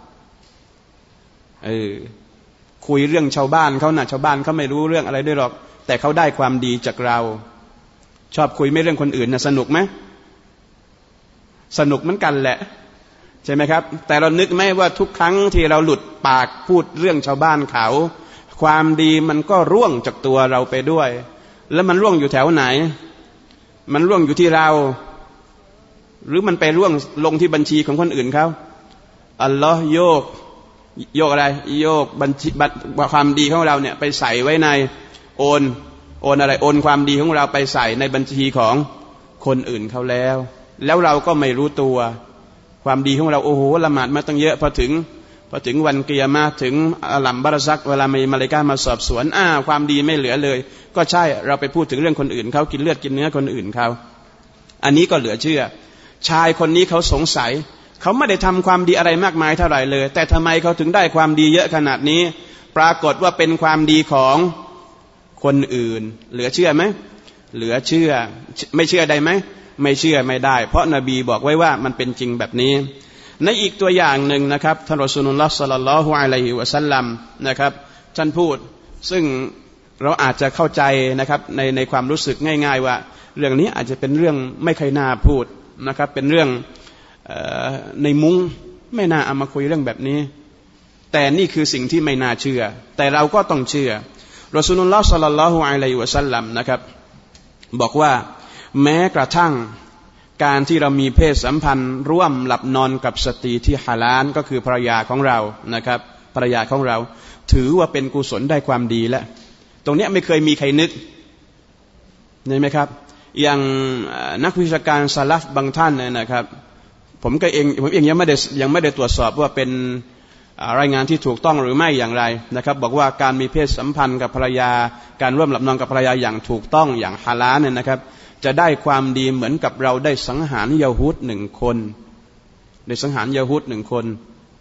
คุยเรื่องชาวบ้านเขาชาวบ้านเขาไม่รู้เรื่องอะไรด้วยหรอกแต่เขาได้ความดีจากเราชอบคุยไม่เรื่องคนอื่นสนุกไหมสนุกเหมือนกันแหละใช่ไหมครับแต่เรานึกไหมว่าทุกครั้งที่เราหลุดปากพูดเรื่องชาวบ้านเขาความดีมันก็ร่วงจากตัวเราไปด้วยแล้วมันร่วงอยู่แถวไหนมันร่วงอยู่ที่เราหรือมันไปร่วงลงที่บัญชีของคนอื่นเขาอัลลอฮ์โยกอะไรโยกบัญชีความดีของเราเนี่ยไปใส่ไว้ในโอนอะไรโอนความดีของเราไปใส่ในบัญชีของคนอื่นเขาแล้วเราก็ไม่รู้ตัวความดีของเราโอ้โหละหมาดมาตั้งเยอะพอถึงวันกิยามะห์ถึงอัลลัมบารซักเวลามีมลาอิกะฮ์มาสอบสวนความดีไม่เหลือเลยก็ใช่เราไปพูดถึงเรื่องคนอื่นเขากินเลือดกินเนื้อคนอื่นเขาอันนี้ก็เหลือเชื่อชายคนนี้เขาสงสัยเขาไม่ได้ทำความดีอะไรมากมายเท่าไหร่เลยแต่ทำไมเขาถึงได้ความดีเยอะขนาดนี้ปรากฏว่าเป็นความดีของคนอื่นเหลือเชื่อไหมเหลือเชื่อไม่เชื่อได้ไหมไม่เชื่อไม่ได้เพราะนบีบอกไว้ว่ามันเป็นจริงแบบนี้ในอีกตัวอย่างหนึ่งนะครับท่านรอซูลุลลอฮ์ศ็อลลัลลอฮุอะลัยฮิวะซัลลัมนะครับท่านพูดซึ่งเราอาจจะเข้าใจนะครับในความรู้สึกง่ายๆว่าเรื่องนี้อาจจะเป็นเรื่องไม่ค่อยน่าพูดนะครับเป็นเรื่องในมุ้งไม่น่าเอามาคุยเรื่องแบบนี้แต่นี่คือสิ่งที่ไม่น่าเชื่อแต่เราก็ต้องเชื่อรอซูลุลลอฮ์ศ็อลลัลลอฮุอะลัยฮิวะซัลลัมนะครับบอกว่าแม้กระทั่งการที่เรามีเพศสัมพันธ์ร่วมหลับนอนกับสตรีที่ฮาลาลก็คือภรรยาของเรานะครับภรรยาของเราถือว่าเป็นกุศลได้ความดีแล้วตรงนี้ไม่เคยมีใครนึกเห็นไหมครับอย่างนักวิชาการซะลัฟบางท่านนะครับผมเองยังไม่ได้ตรวจสอบว่าเป็นรายงานที่ถูกต้องหรือไม่อย่างไรนะครับบอกว่าการมีเพศสัมพันธ์กับภรรยาการร่วมหลับนอนกับภรรยาอย่างถูกต้องอย่างฮาลาลเนี่ยนะครับจะได้ความดีเหมือนกับเราได้สังหารยะฮูด1 คนได้สังหารยะฮูด1 คน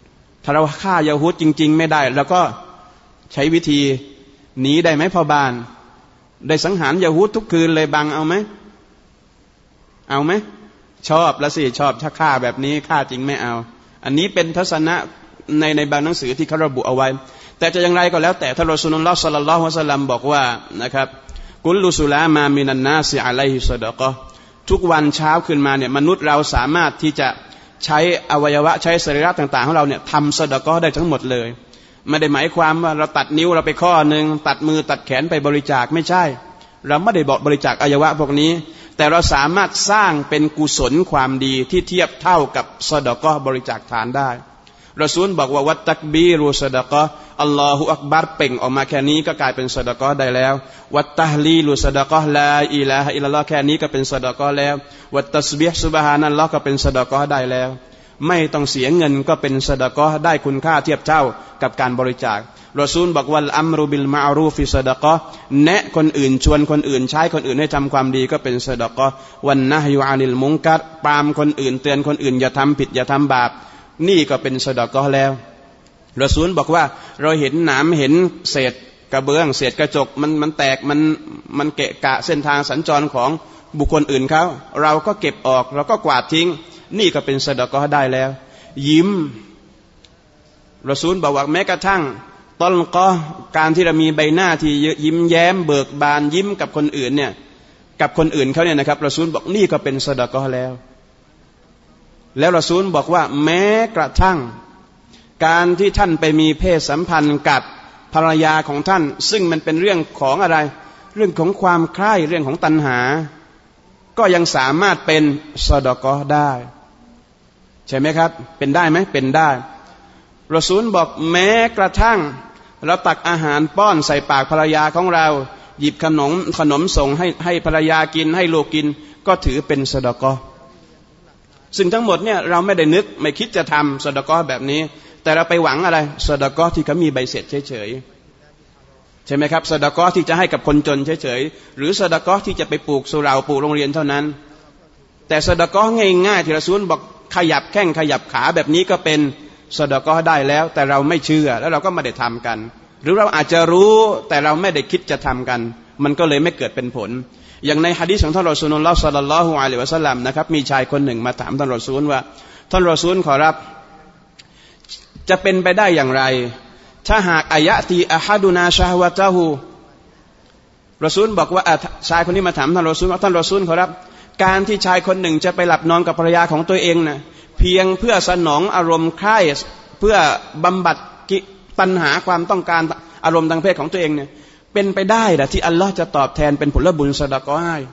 ถ้าเราฆ่ายะฮูดจริงๆไม่ได้แล้วก็ใช้วิธีหนีได้ไหมพ่อบ้านได้สังหารยะฮูดทุกคืนเลยบังเอาไหมเอาไหมชอบละสิชอบถ้าฆ่าแบบนี้ฆ่าจริงไม่เอาอันนี้เป็นทัศนะในบางหนังสือที่เขาระบุเอาไว้แต่จะอย่างไรก็แล้วแต่ท่านรอซูลุลลอฮ์ศ็อลลัลลอฮุอะลัยฮิวะซัลลัมบอกว่านะครับกุลลุสุลามามินันนาซิอะลัยฮิศอดะกะห์ทุกวันเช้าขึ้นมาเนี่ยมนุษย์เราสามารถที่จะใช้อวัยวะใช้สรีระต่างๆของเราเนี่ยทำซอดะกะห์ได้ทั้งหมดเลยไม่ได้หมายความว่าเราตัดนิ้วเราไปข้อนึงตัดมือตัดแขนไปบริจาคไม่ใช่เราไม่ได้บอกบริจาคอวัยวะพวกนี้แต่เราสามารถสร้างเป็นกุศลความดีที่เทียบเท่ากับซอดะกะห์บริจาคทานได้รอซูลบอกว่าวัตตักบีรุซอดะกะห์อัลลอฮุอักบัรเป่งออกมาแค่นี้ก็กลายเป็นซอดะกะห์ได้แล้ววัตตะฮลีลุซอดะกะห์ลาอิลาฮะอิลลัลลอฮ์แค่นี้ก็เป็นซอดะกะห์แล้ววัตตัสบีฮ์ซุบฮานัลลอฮ์ก็เป็นซอดะกะห์ได้แล้วไม่ต้องเสียเงินก็เป็นซอดะกะห์ได้คุณค่าเทียบเท่ากับการบริจาครอซูลบอกวัลอัมรุบิลมะอรูฟิซอดะกะห์แนะคนอื่นชวนคนอื่นใช้คนอื่นให้ทำความดีก็เป็นซอดะกะห์วันนะฮยุอานิลมุงกัรปรามคนอื่นเตือนคนอื่นอย่าทำผิดอย่าทำบาปนี่ก็เป็นซอดะกะห์แล้วรอซูลบอกว่าเราเห็นหนามเห็นเศษกระเบื้องเศษกระจกมันแตกมันเกะกะเส้นทางสัญจรของบุคคลอื่นเขาเราก็เก็บออกเราก็กวาดทิ้งนี่ก็เป็นซอดะกะห์ได้แล้วยิ้มรอซูลบอกว่าแม้กระทั่งตอนก็การที่เรามีใบหน้าที่ยิ้มแย้มเบิกบานยิ้มกับคนอื่นเนี่ยกับคนอื่นเขาเนี่ยนะครับรอซูลบอกนี่ก็เป็นซอดะกะห์แล้วรอซูลบอกว่าแม้กระทั่งการที่ท่านไปมีเพศสัมพันธ์กับภรรยาของท่านซึ่งมันเป็นเรื่องของอะไรเรื่องของความใคร่เรื่องของตัณหาก็ยังสามารถเป็นซอดะกะห์ได้ใช่ไหมครับเป็นได้ไหมเป็นได้รอซูลบอกแม้กระทั่งเราตักอาหารป้อนใส่ปากภรรยาของเราหยิบขนมส่งให้ภรรยากินให้ลูกกินก็ถือเป็นซอดะกะห์ซึ่งทั้งหมดเนี่ยเราไม่ได้นึกไม่คิดจะทำซอดะกะห์แบบนี้แต่เราไปหวังอะไรซอดะกะห์ที่เขามีใบเสร็จเฉยๆใช่ไหมครับซอดะกะห์ที่จะให้กับคนจนเฉยๆหรือซอดะกะห์ที่จะไปปลูกสุเหร่าปลูกโรงเรียนเท่านั้นแต่ซอดะกะห์ง่ายๆที่รอซูลบอกขยับแข้งขยับขาแบบนี้ก็เป็นซอดะกะห์ได้แล้วแต่เราไม่เชื่อแล้วเราก็ไม่ได้ทำกันหรือเราอาจจะรู้แต่เราไม่ได้คิดจะทำกันมันก็เลยไม่เกิดเป็นผลอย่างในหะดีษของท่านรอซูลุลลอฮ์ ศ็อลลัลลอฮุอะลัยฮิวะซัลลัมนะครับมีชายคนหนึ่งมาถามท่านรอซูลว่าท่านรอซูลขอรับจะเป็นไปได้อย่างไรถ้าหากอายะตีอะฮัดุนาชะฮวะตะฮูรอซูลบอกว่าชายคนนี้มาถามท่านรอซูลว่าท่านรอซูลขอรับการที่ชายคนหนึ่งจะไปหลับนอนกับภรรยาของตัวเองนะเพียงเพื่อสนองอารมณ์ใคร่เพื่อบำบัดตัณหาความต้องการอารมณ์ทางเพศของตัวเองเนี่ยเป็นไปได้หรือที่อัลลอฮ์จะตอบแทนเป็นผลบุญซอดะกะห์ให้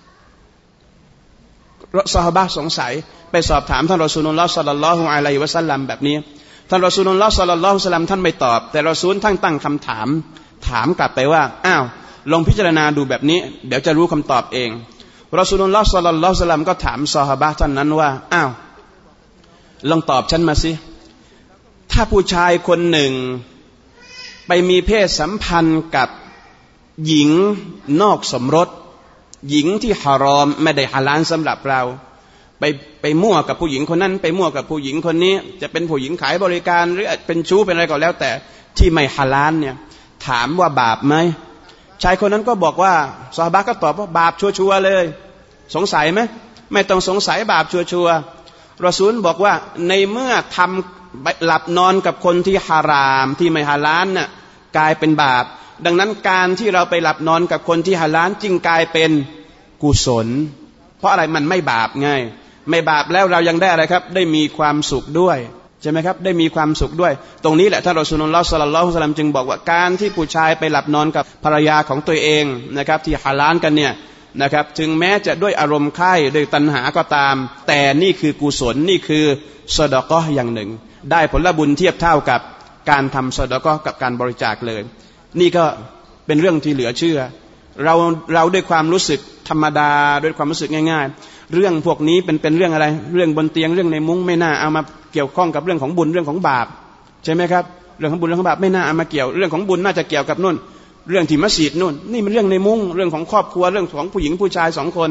ซอฮาบะห์สงสัยไปสอบถามท่านรอซูลุลลอฮ์ ศ็อลลัลลอฮุอะลัยฮิวะซัลลัมแบบนี้ท่านรอซูลุลลอฮ์ ศ็อลลัลลอฮุอะลัยฮิวะซัลลัมท่านไม่ตอบแต่รอซูลท่านตั้งคำถามกลับไปว่าอ้าวลองพิจารณาดูแบบนี้เดี๋ยวจะรู้คำตอบเองรอซูลุลลอฮ์ ศ็อลลัลลอฮุอะลัยฮิวะซัลลัมก็ถามซอฮาบะห์ท่านนั้นว่าอ้าวลองตอบฉันมาสิถ้าผู้ชายคนหนึ่งไปมีเพศสัมพันธ์กับหญิงนอกสมรสหญิงที่ฮารอมไม่ได้ฮาลาลสำหรับเราไปมั่วกับผู้หญิงคนนั้นไปมั่วกับผู้หญิงคนนี้จะเป็นผู้หญิงขายบริการหรือเป็นชู้เป็นอะไรก็แล้วแต่ที่ไม่ฮาลาลเนี่ยถามว่าบาปไหมชายคนนั้นก็บอกว่าซอฮาบะห์ก็ตอบว่าบาปชัวร์ๆเลยสงสัยไหมไม่ต้องสงสัยบาปชัวร์ๆรอซูลบอกว่าในเมื่อทำหลับนอนกับคนที่ฮารามที่ไม่ฮาลาลน่ะกลายเป็นบาปดังนั้นการที่เราไปหลับนอนกับคนที่ฮาลาลจึงกลายเป็นกุศลเพราะอะไรมันไม่บาปไงไม่บาปแล้วเรายังได้อะไรครับได้มีความสุขด้วยใช่ไหมครับได้มีความสุขด้วยตรงนี้แหละท่านรอซูลุลลอฮ์ ศ็อลลัลลอฮุอะลัยฮิวะซัลลัมจึงบอกว่าการที่ผู้ชายไปหลับนอนกับภรรยาของตัวเองนะครับที่ฮาลาลกันเนี่ยนะครับถึงแม้จะด้วยอารมณ์ใคร่ด้วยตัณหาก็ตามแต่นี่คือกุศลนี่คือซอดะกะห์อย่างหนึ่งได้ผลบุญเทียบเท่ากับการทำซอดะกะห์กับการบริจาคเลยนี่ก็เป็นเรื่องที่เหลือเชื่อเราด้วยความรู้สึกธรรมดาด้วยความรู้สึกง่ายๆเรื่องพวกนี้เป็นเรื่องอะไรเรื่องบนเตียงเรื่องในมุ้งไม่น่าเอามาเกี่ยวข้องกับเรื่องของบุญเรื่องของบาปใช่ไหมครับเรื่องของบุญเรื่องของบาปไม่น่าเอามาเกี่ยวเรื่องของบุญน่าจะเกี่ยวกับนู่นเรื่องที่มัสยิดนู่นนี่มันเรื่องในมุ้งเรื่องของครอบครัวเรื่องของผู้หญิงผู้ชายสองคน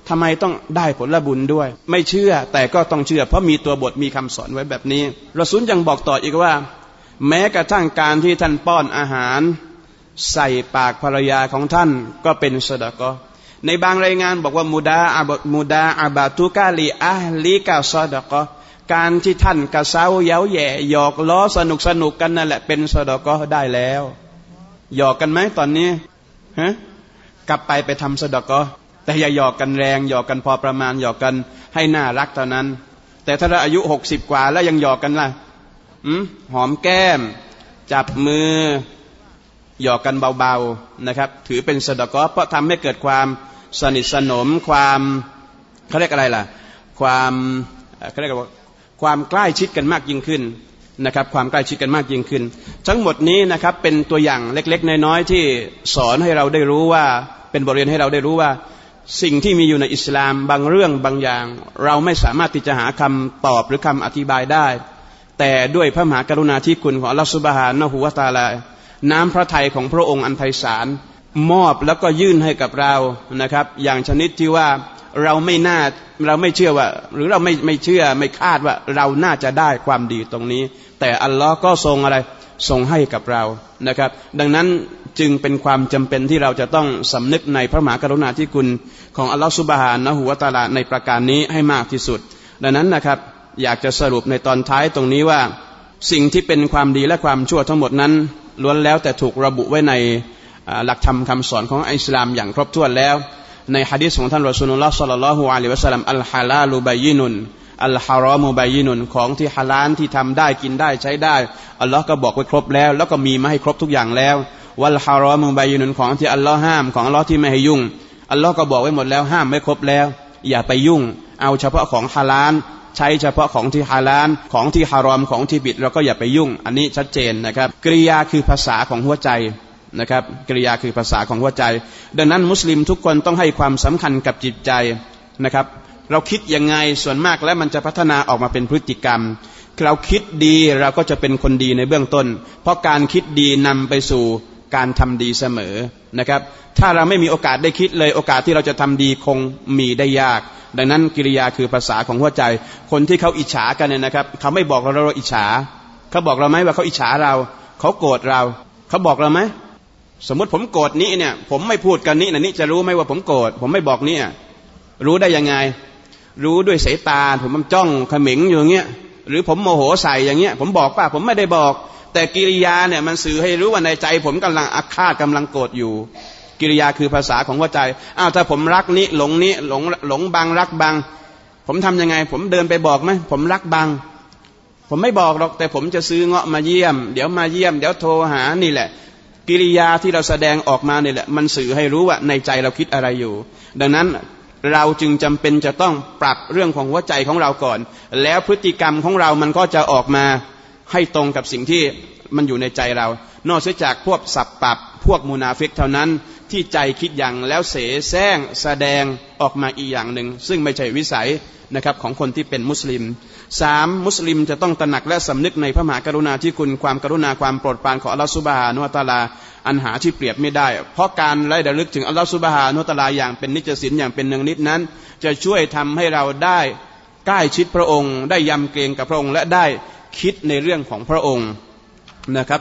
ทำไมต้องได้ผลบุญด้วยไม่เชื่อแต่ก็ต้องเชื่อเพราะมีตัวบทมีคำสอนไว้แบบนี้รอซูลยังบอกต่ออีกว่าแม้กระทั่งการที่ท่านป้อนอาหารใส่ปากภรรยาของท่านก็เป็นซอดาเกาะห์ในบางรายงานบอกว่ามุดาอาบาตุกาลีอะห์ลิกาซอดาเกาะห์การที่ท่านกระเซ้าเย้าแย่หยอกล้อสนุกกันนั่นแหละเป็นซอดาเกาะห์ได้แล้วหยอกกันไหมตอนนี้ฮะกลับไปทำซอดาเกาะห์แต่อย่าหยอกกันแรงหยอกกันพอประมาณหยอกกันให้น่ารักเท่านั้นแต่ถ้าเราอายุ60กว่าแล้วยังหยอกกันล่ะหอมแก้มจับมือหยอกกันเบาๆนะครับถือเป็นซอดาเกาะห์เพราะทำให้เกิดความสนิทสนมความเขาเรียกอะไรล่ะความเขาเรียกว่าความใกล้ชิดกันมากยิ่งขึ้นนะครับความใกล้ชิดกันมากยิ่งขึ้นทั้งหมดนี้นะครับเป็นตัวอย่างเล็กๆน้อยๆที่สอนให้เราได้รู้ว่าเป็นบทเรียนให้เราได้รู้ว่าสิ่งที่มีอยู่ในอิสลามบางเรื่องบางอย่างเราไม่สามารถที่จะหาคำตอบหรือคำอธิบายได้แต่ด้วยพระมหากรุณาธิคุณของอัลเลาะห์ซุบฮานะฮูวะตะอาลาน้ำพระทัยของพระองค์อันไพศาลมอบแล้วก็ยื่นให้กับเรานะครับอย่างชนิดที่ว่าเราไม่เชื่อว่าหรือเราไม่เชื่อไม่คาดว่าเราน่าจะได้ความดีตรงนี้แต่อัลลอฮ์ก็ทรงอะไรทรงให้กับเรานะครับดังนั้นจึงเป็นความจำเป็นที่เราจะต้องสำนึกในพระมหากรุณาธิคุณของอัลลอฮ์ซุบฮานะฮูวะตะอาลาในประการนี้ให้มากที่สุดดังนั้นนะครับอยากจะสรุปในตอนท้ายตรงนี้ว่าสิ่งที่เป็นความดีและความชั่วทั้งหมดนั้นล้วนแล้วแต่ถูกระบุไว้ในหลักธรรมคำสอนของอิสลามอย่างครบถ้วนแล้วในหะดีษของท่านรอซูลุลลอฮ์ศ็อลลัลลอฮุอะลัยฮิวะซัลลัมอัลฮาลาลุบัยยินุนอัลฮารอมุบัยยินุนของที่ฮาลาลที่ทำได้กินได้ใช้ได้อัลลอฮ์ก็บอกไว้ครบแล้วก็มีมาให้ครบทุกอย่างแล้ววัลฮารอมุบัยยินุนของที่อัลลอฮ์ห้ามของอัลลอฮ์ที่ไม่ให้ยุ่งอัลลอฮ์ก็บอกไว้หมดแล้วห้ามไว้ครบแล้วอย่าไปยุ่งเอาเฉพาะของฮาลาลใช้เฉพาะของที่ฮาลาลของที่ฮารอมของที่บิดเราก็อย่าไปยุ่งอันนี้ชัดเจนนะครับกริยาคือภาษาของหัวใจนะครับกริยาคือภาษาของหัวใจดังนั้นมุสลิมทุกคนต้องให้ความสำคัญกับจิตใจนะครับเราคิดยังไงส่วนมากแล้วมันจะพัฒนาออกมาเป็นพฤติกรรมเราคิดดีเราก็จะเป็นคนดีในเบื้องต้นเพราะการคิดดีนำไปสู่การทำดีเสมอนะครับถ้าเราไม่มีโอกาสได้คิดเลยโอกาสที่เราจะทำดีคงมีได้ยากดังนั้นกิริยาคือภาษาของหัวใจคนที่เขาอิจฉากันเนี่ยนะครับเขาไม่บอกเราอิจฉาเขาบอกเราไหมว่าเขาอิจฉาเราเขาโกรธเราเขาบอกเราไหมสมมติผมโกรธนี้เนี่ยผมไม่พูดกันนี้นะนี่จะรู้ไหมว่าผมโกรธผมไม่บอกนี่รู้ได้ยังไงรู้ด้วยสายตาผมมันจ้องเขม็งอยู่อย่างเงี้ยหรือผมโมโหใส่อย่างเงี้ยผมบอกป่ะผมไม่ได้บอกแต่กิริยาเนี่ยมันสื่อให้รู้ว่าในใจผมกำลังอาฆาตกำลังโกรธอยู่กิริยาคือภาษาของหัวใจถ้าผมรักนี้หลงบังรักบังผมทำยังไงผมเดินไปบอกไหมผมรักบังผมไม่บอกหรอกแต่ผมจะซื้อเงาะมาเยี่ยมเดี๋ยวมาเยี่ยมเดี๋ยวโทรหานี่แหละกิริยาที่เราแสดงออกมาเนี่ยแหละมันสื่อให้รู้ว่าในใจเราคิดอะไรอยู่ดังนั้นเราจึงจำเป็นจะต้องปรับเรื่องของหัวใจของเราก่อนแล้วพฤติกรรมของเรามันก็จะออกมาให้ตรงกับสิ่งที่มันอยู่ในใจเรานอกจากพวกสับปับพวกมุนาฟิกเท่านั้นที่ใจคิดอย่างแล้วเสแสร้งแสดงออกมาอีกอย่างหนึ่งซึ่งไม่ใช่วิสัยนะครับของคนที่เป็นมุสลิม3มุสลิมจะต้องตระหนักและสำนึกในพระมหากรุณาธิคุณความกรุณาความโปรดปรานของอัลลอฮฺซุบฮานะฮูวะตะอาลาอันหาที่เปรียบไม่ได้เพราะการระลึกถึงอัลลอฮฺซุบฮานะฮูวะตะอาลาอย่างเป็นนิจศีลอย่างเป็นเนืองนิดนั้นจะช่วยทำให้เราได้ใกล้ชิดพระองค์ได้ยำเกรงกับพระองค์และได้คิดในเรื่องของพระองค์นะครับ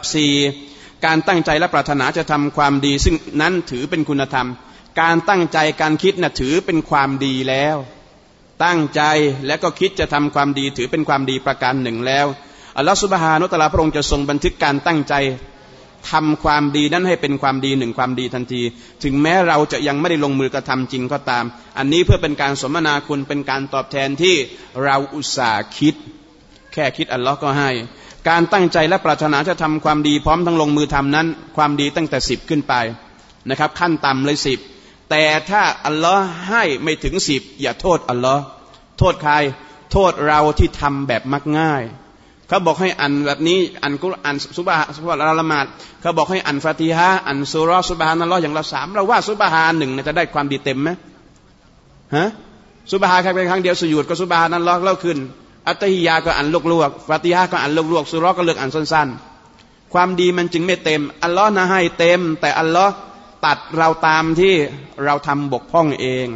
4การตั้งใจและปรารถนาจะทำความดีซึ่งนั้นถือเป็นคุณธรรมการตั้งใจการคิดน่ะถือเป็นความดีแล้วตั้งใจและก็คิดจะทำความดีถือเป็นความดีประการหนึ่งแล้วอัลลอฮฺซุบฮานะฮูวะตะอาลาพระองค์จะทรงบันทึกการตั้งใจทำความดีนั้นให้เป็นความดีหนึ่งความดีทันทีถึงแม้เราจะยังไม่ได้ลงมือกระทำจริงก็ตามอันนี้เพื่อเป็นการสมนาคุณเป็นการตอบแทนที่เราอุตส่าห์คิดแค่คิดอัลลอฮ์ก็ให้การตั้งใจและปรารถนาจะทำความดีพร้อมทั้งลงมือทำนั้นความดีตั้งแต่10ขึ้นไปนะครับขั้นต่ำเลย10แต่ถ้าอัลลอฮ์ให้ไม่ถึง10อย่าโทษอัลลอฮ์โทษใครโทษเราที่ทำแบบมักง่ายเขาบอกให้อ่านแบบนี้อ่านกุรอานซุบฮานะละหมาดเขาบอกให้อ่านฟาติฮะห์อ่านซูเราะห์ซุบฮานัลลอฮ์อย่างละ3เราว่าซุบฮา1เนี่ยจะได้ความดีเต็มไหมฮะซุบฮาแค่เป็นครั้งเดียวสุญูดก็ซุบฮานัลลอฮ์เล่าขึ้นอัตตะฮิยาก็อ่านลวกๆฟาติฮะห์ก็อ่านลวกๆซูเราะห์ก็เลือกอ่านสั้นๆความดีมันจึงไม่เต็มอัลลอฮ์นะให้เต็มแต่อัลลอฮ์ตัดเราตามที่เราทำบกพร่องเอง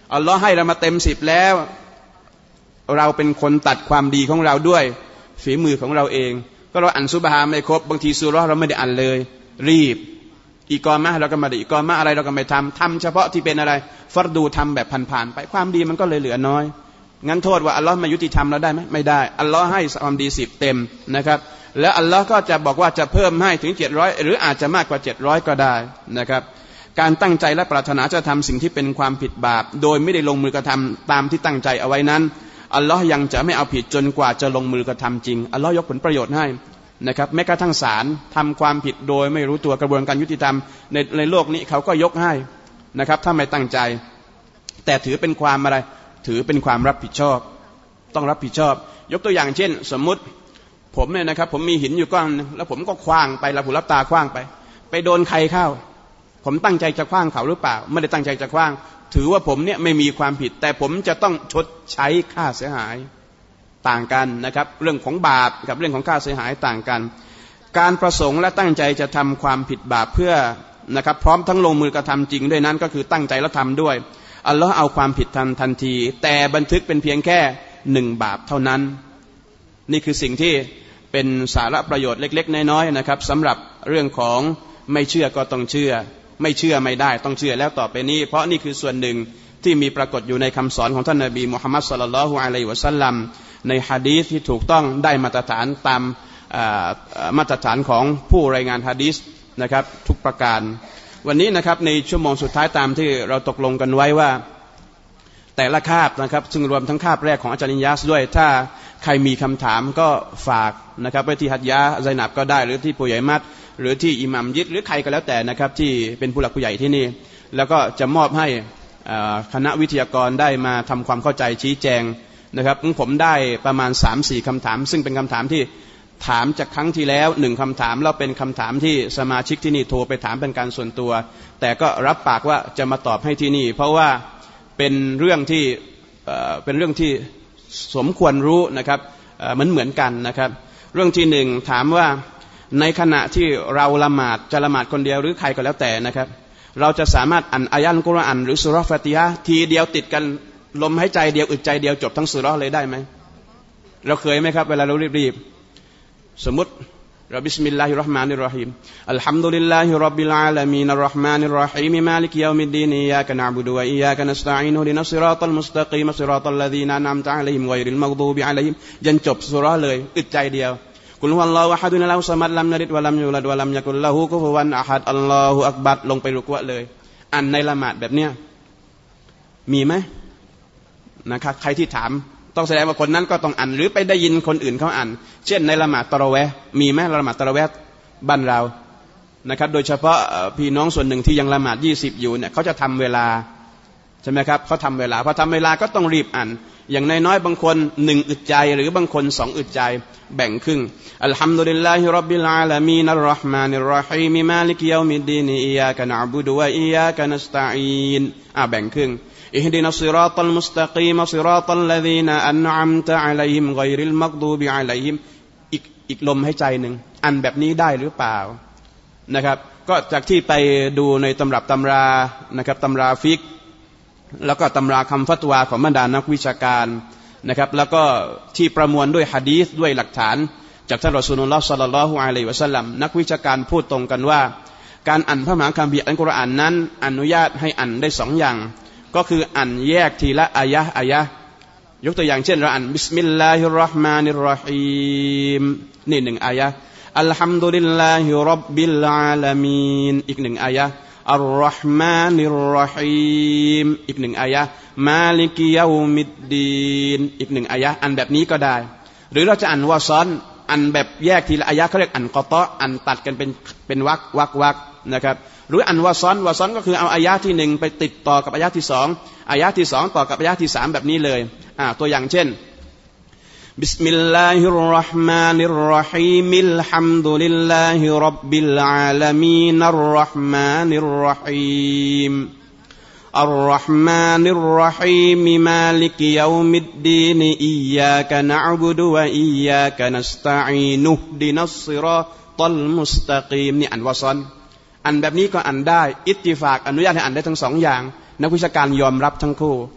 อัลลอฮ์ให้เรามาเต็ม10แล้วเราเป็นคนตัดความดีของเราด้วยฝีมือของเราเองก็เราอ่านซุบฮาไม่ครบบางทีซูเราะห์เราไม่ได้อ่านเลยรีบอีกอมะเราก็มาได้อีกอมะอะไรเราก็ไม่ทำเฉพาะที่เป็นอะไรฟัรดูทำแบบผ่านๆไปความดีมันก็เลยเหลือน้อยงั้นโทษว่าอัลลอฮ์ไม่ยุติธรรมเราได้ไหมไม่ได้อัลลอฮ์ให้ความดี10เต็มนะครับแล้วอัลลอฮ์ก็จะบอกว่าจะเพิ่มให้ถึง700หรืออาจจะมากกว่า700ก็ได้นะครับการตั้งใจและปรารถนาจะทำสิ่งที่เป็นความผิดบาปโดยไม่ได้ลงมือกระทำตามที่ตั้งใจเอาไว้นั้นอัลลอฮ์ยังจะไม่เอาผิดจนกว่าจะลงมือกระทำจริงอัลลอฮ์ยกผลประโยชน์ให้นะครับแม้กระทั่งศาลทำความผิดโดยไม่รู้ตัวกระบวนการยุติธรรมในโลกนี้เขาก็ยกให้นะครับถ้าไม่ตั้งใจแต่ถือเป็นความอะไรถือเป็นความรับผิดชอบต้องรับผิดชอบยกตัวอย่างเช่นสมมุติผมเนี่ยนะครับผมมีหินอยู่ก้อนนึงแล้วผมก็คว้างไปละหูรับตาคว้างไปโดนใครเข้าผมตั้งใจจะคว้างเขาหรือเปล่าไม่ได้ตั้งใจจะคว้างถือว่าผมเนี่ยไม่มีความผิดแต่ผมจะต้องชดใช้ค่าเสียหายต่างกันนะครับเรื่องของบาปกับเรื่องของค่าเสียหายต่างกันการประสงค์และตั้งใจจะทำความผิดบาปเพื่อนะครับพร้อมทั้งลงมือกระทำจริงด้วยนั้นก็คือตั้งใจและทำด้วยอัลลอฮ์เอาความผิดทันทีแต่บันทึกเป็นเพียงแค่1บาปเท่านั้นนี่คือสิ่งที่เป็นสาระประโยชน์เล็กๆน้อยๆนะครับสำหรับเรื่องของไม่เชื่อก็ต้องเชื่อไม่เชื่อไม่ได้ต้องเชื่อแล้วต่อไปนี้เพราะนี่คือส่วนหนึ่งที่มีปรากฏอยู่ในคำสอนของท่านนบีมุฮัมมัดศ็อลลัลลอฮุอะลัยฮิวะซัลลัมในหะดีษที่ถูกต้องได้มาตรฐานตามมาตรฐานของผู้รายงานหะดีษนะครับทุกประการวันนี้นะครับในชั่วโมงสุดท้ายตามที่เราตกลงกันไว้ว่าแต่ละคาบนะครับซึ่งรวมทั้งคาบแรกของอาจารย์อิญญาสด้วยถ้าใครมีคำถามก็ฝากนะครับไปที่ฮัจญะไซนับก็ได้หรือที่ผู้ใหญ่มัดหรือที่อิหมัมยิดหรือใครก็แล้วแต่นะครับที่เป็นผู้หลักผู้ใหญ่ที่นี่แล้วก็จะมอบให้คณะวิทยากรได้มาทำความเข้าใจชี้แจงนะครับผมได้ประมาณ 3-4 คำถามซึ่งเป็นคำถามที่ถามจากครั้งที่แล้ว1คำถามแล้วเป็นคำถามที่สมาชิกที่นี่โทรไปถามเป็นการส่วนตัวแต่ก็รับปากว่าจะมาตอบให้ที่นี่เพราะว่าเป็นเรื่องที่สมควรรู้นะครับเหมือนกันนะครับเรื่องที่1ถามว่าในขณะที่เราละหมาดจะละหมาดคนเดียวหรือใครก็แล้วแต่นะครับเราจะสามารถอ่านอายะห์อัลกุรอานหรือซูเราะห์ฟาติฮะห์ทีเดียวติดกันลมหายใจเดียวอึดใจเดียวจบทั้งซูเราะห์เลยได้ไหมเราเคยไหมครับเวลาเรารีบๆสมมุติเราบิสมิลลาฮิรเราะห์มานิรเราะฮีมอัลฮัมดุลิลลาฮิร็อบบิลอาลามีนอัรเราะห์มานิรเราะฮีมมาลิกยอมิดดีนอิยาคะนะอ์บุดุวะอิยาคะนัสตะอีนอิหดินัสศิรอตัลมุสตะกีมศิรอตัลลซีนะอันอัมตะอะลัยฮิมฆอยริลมัฆฎูบิอะลัยฮิมยันจบซูเราะห์เลยอึดใจเดียวกุลฮุวัลลอฮุอะฮัดุลลอฮุซะมัดลัมยะลิดวะลัมยูลัดวะลัมยะกุลละฮูกุฟุวันอะฮัดอัลลอฮุอักบัรลงไปรุกวะเลยอ่านในละหมาดแบบเนี้ยมีไหมนะครับใครที่ถามต้องแสดงว่าคนนั้นก็ต้องอ่านหรือไปได้ยินคนอื่นเขาอ่านเช่นในละหมาดตะเราะเวห์มีไหมละหมาดตะเราะเวห์บ้านเรานะครับโดยเฉพาะพี่น้องส่วนหนึ่งที่ยังละหมาด20อยู่เนี่ยเขาจะทำเวลาใช่ไหมครับเขาทำเวลาพอทำเวลาก็ต้องรีบอ่านอย่างน้อยๆบางคน1อึดใจหรือบางคน2อึดใจแบ่งครึ่งอัลฮัมดุลิลลาฮิร็อบบิลอาลามีนอัรเราะห์มานิรเราะฮีมมาลิกยอมิดดีนอิยาคะนะอ์บุดุวะอิยาคะนัสตะอีนแบ่งครึ่งอิหดินัสศิรอตัลมุสตะกีมศิรอตัลลซีนะอันอัมตะอะลัยฮิมฆอยริลมัฆฎูบิอะลัยฮิมอีกลมหายใจนึงอ่านแบบนี้ได้หรือเปล่านะครับก็จากที่ไปดูในตำรับตำรานะครับตำราฟิกแล้วก็ตำราคำฟัตวาของบรรดานักวิชาการนะครับแล้วก็ที่ประมวลด้วยหะดีษด้วยหลักฐานจากท่านรอซูลุลลอฮ์ศ็อลลัลลอฮุอะลัยฮิวะซัลลัมนักวิชาการพูดตรงกันว่าการอ่านพระมหาคัมภีร์อัลกุรอานนั้นอนุญาตให้อ่านได้2อย่างก็คืออ่านแยกทีละอายะห์ยกตัวอย่างเช่นเราอ่านบิสมิลลาฮิรเราะห์มานิรเราะฮีมนี่1อายะห์อัลฮัมดุลิลลาฮิร็อบบิลอาลามีนอีก1อายะห์อัรเราะห์มานิรเราะฮีมอีก1อายะห์มาลิกยอมิดดีนอีก1อายะห์อ่านแบบนี้ก็ได้หรือเราจะอ่านวะซอนอ่านแบบแยกทีละอายะห์เขาเรียกอ่านกอตออ่านตัดกันเป็นวรรคนะครับหรืออันวะซอนก็คือเอาอายะห์ที่1ไปติดต่อกับอายะห์ที่2อายะห์ที่2ต่อกับอายะห์ที่3แบบนี้เลยตัวอย่างเช่นบิสมิลลาฮิรเราะห์มานิรเราะฮีมอัลฮัมดุลิลลาฮิร็อบบิลอาลามีนอัรเราะห์มานิรเราะฮีมอัรเราะห์มานิรเราะฮีมมาลิกยอมิดดีนอิยาคะนะอ์บุดุวะอิยาคะนัสตะอีนุฮดินัสศิรอตัลมุสตะกีมนี่อันวะซอนอันแบบนี้ก็อ่านได้อิตติฟากอนุญาตให้อ่านได้ทั้ง2อย่างนักวิชาการยอมรับทั้งคู่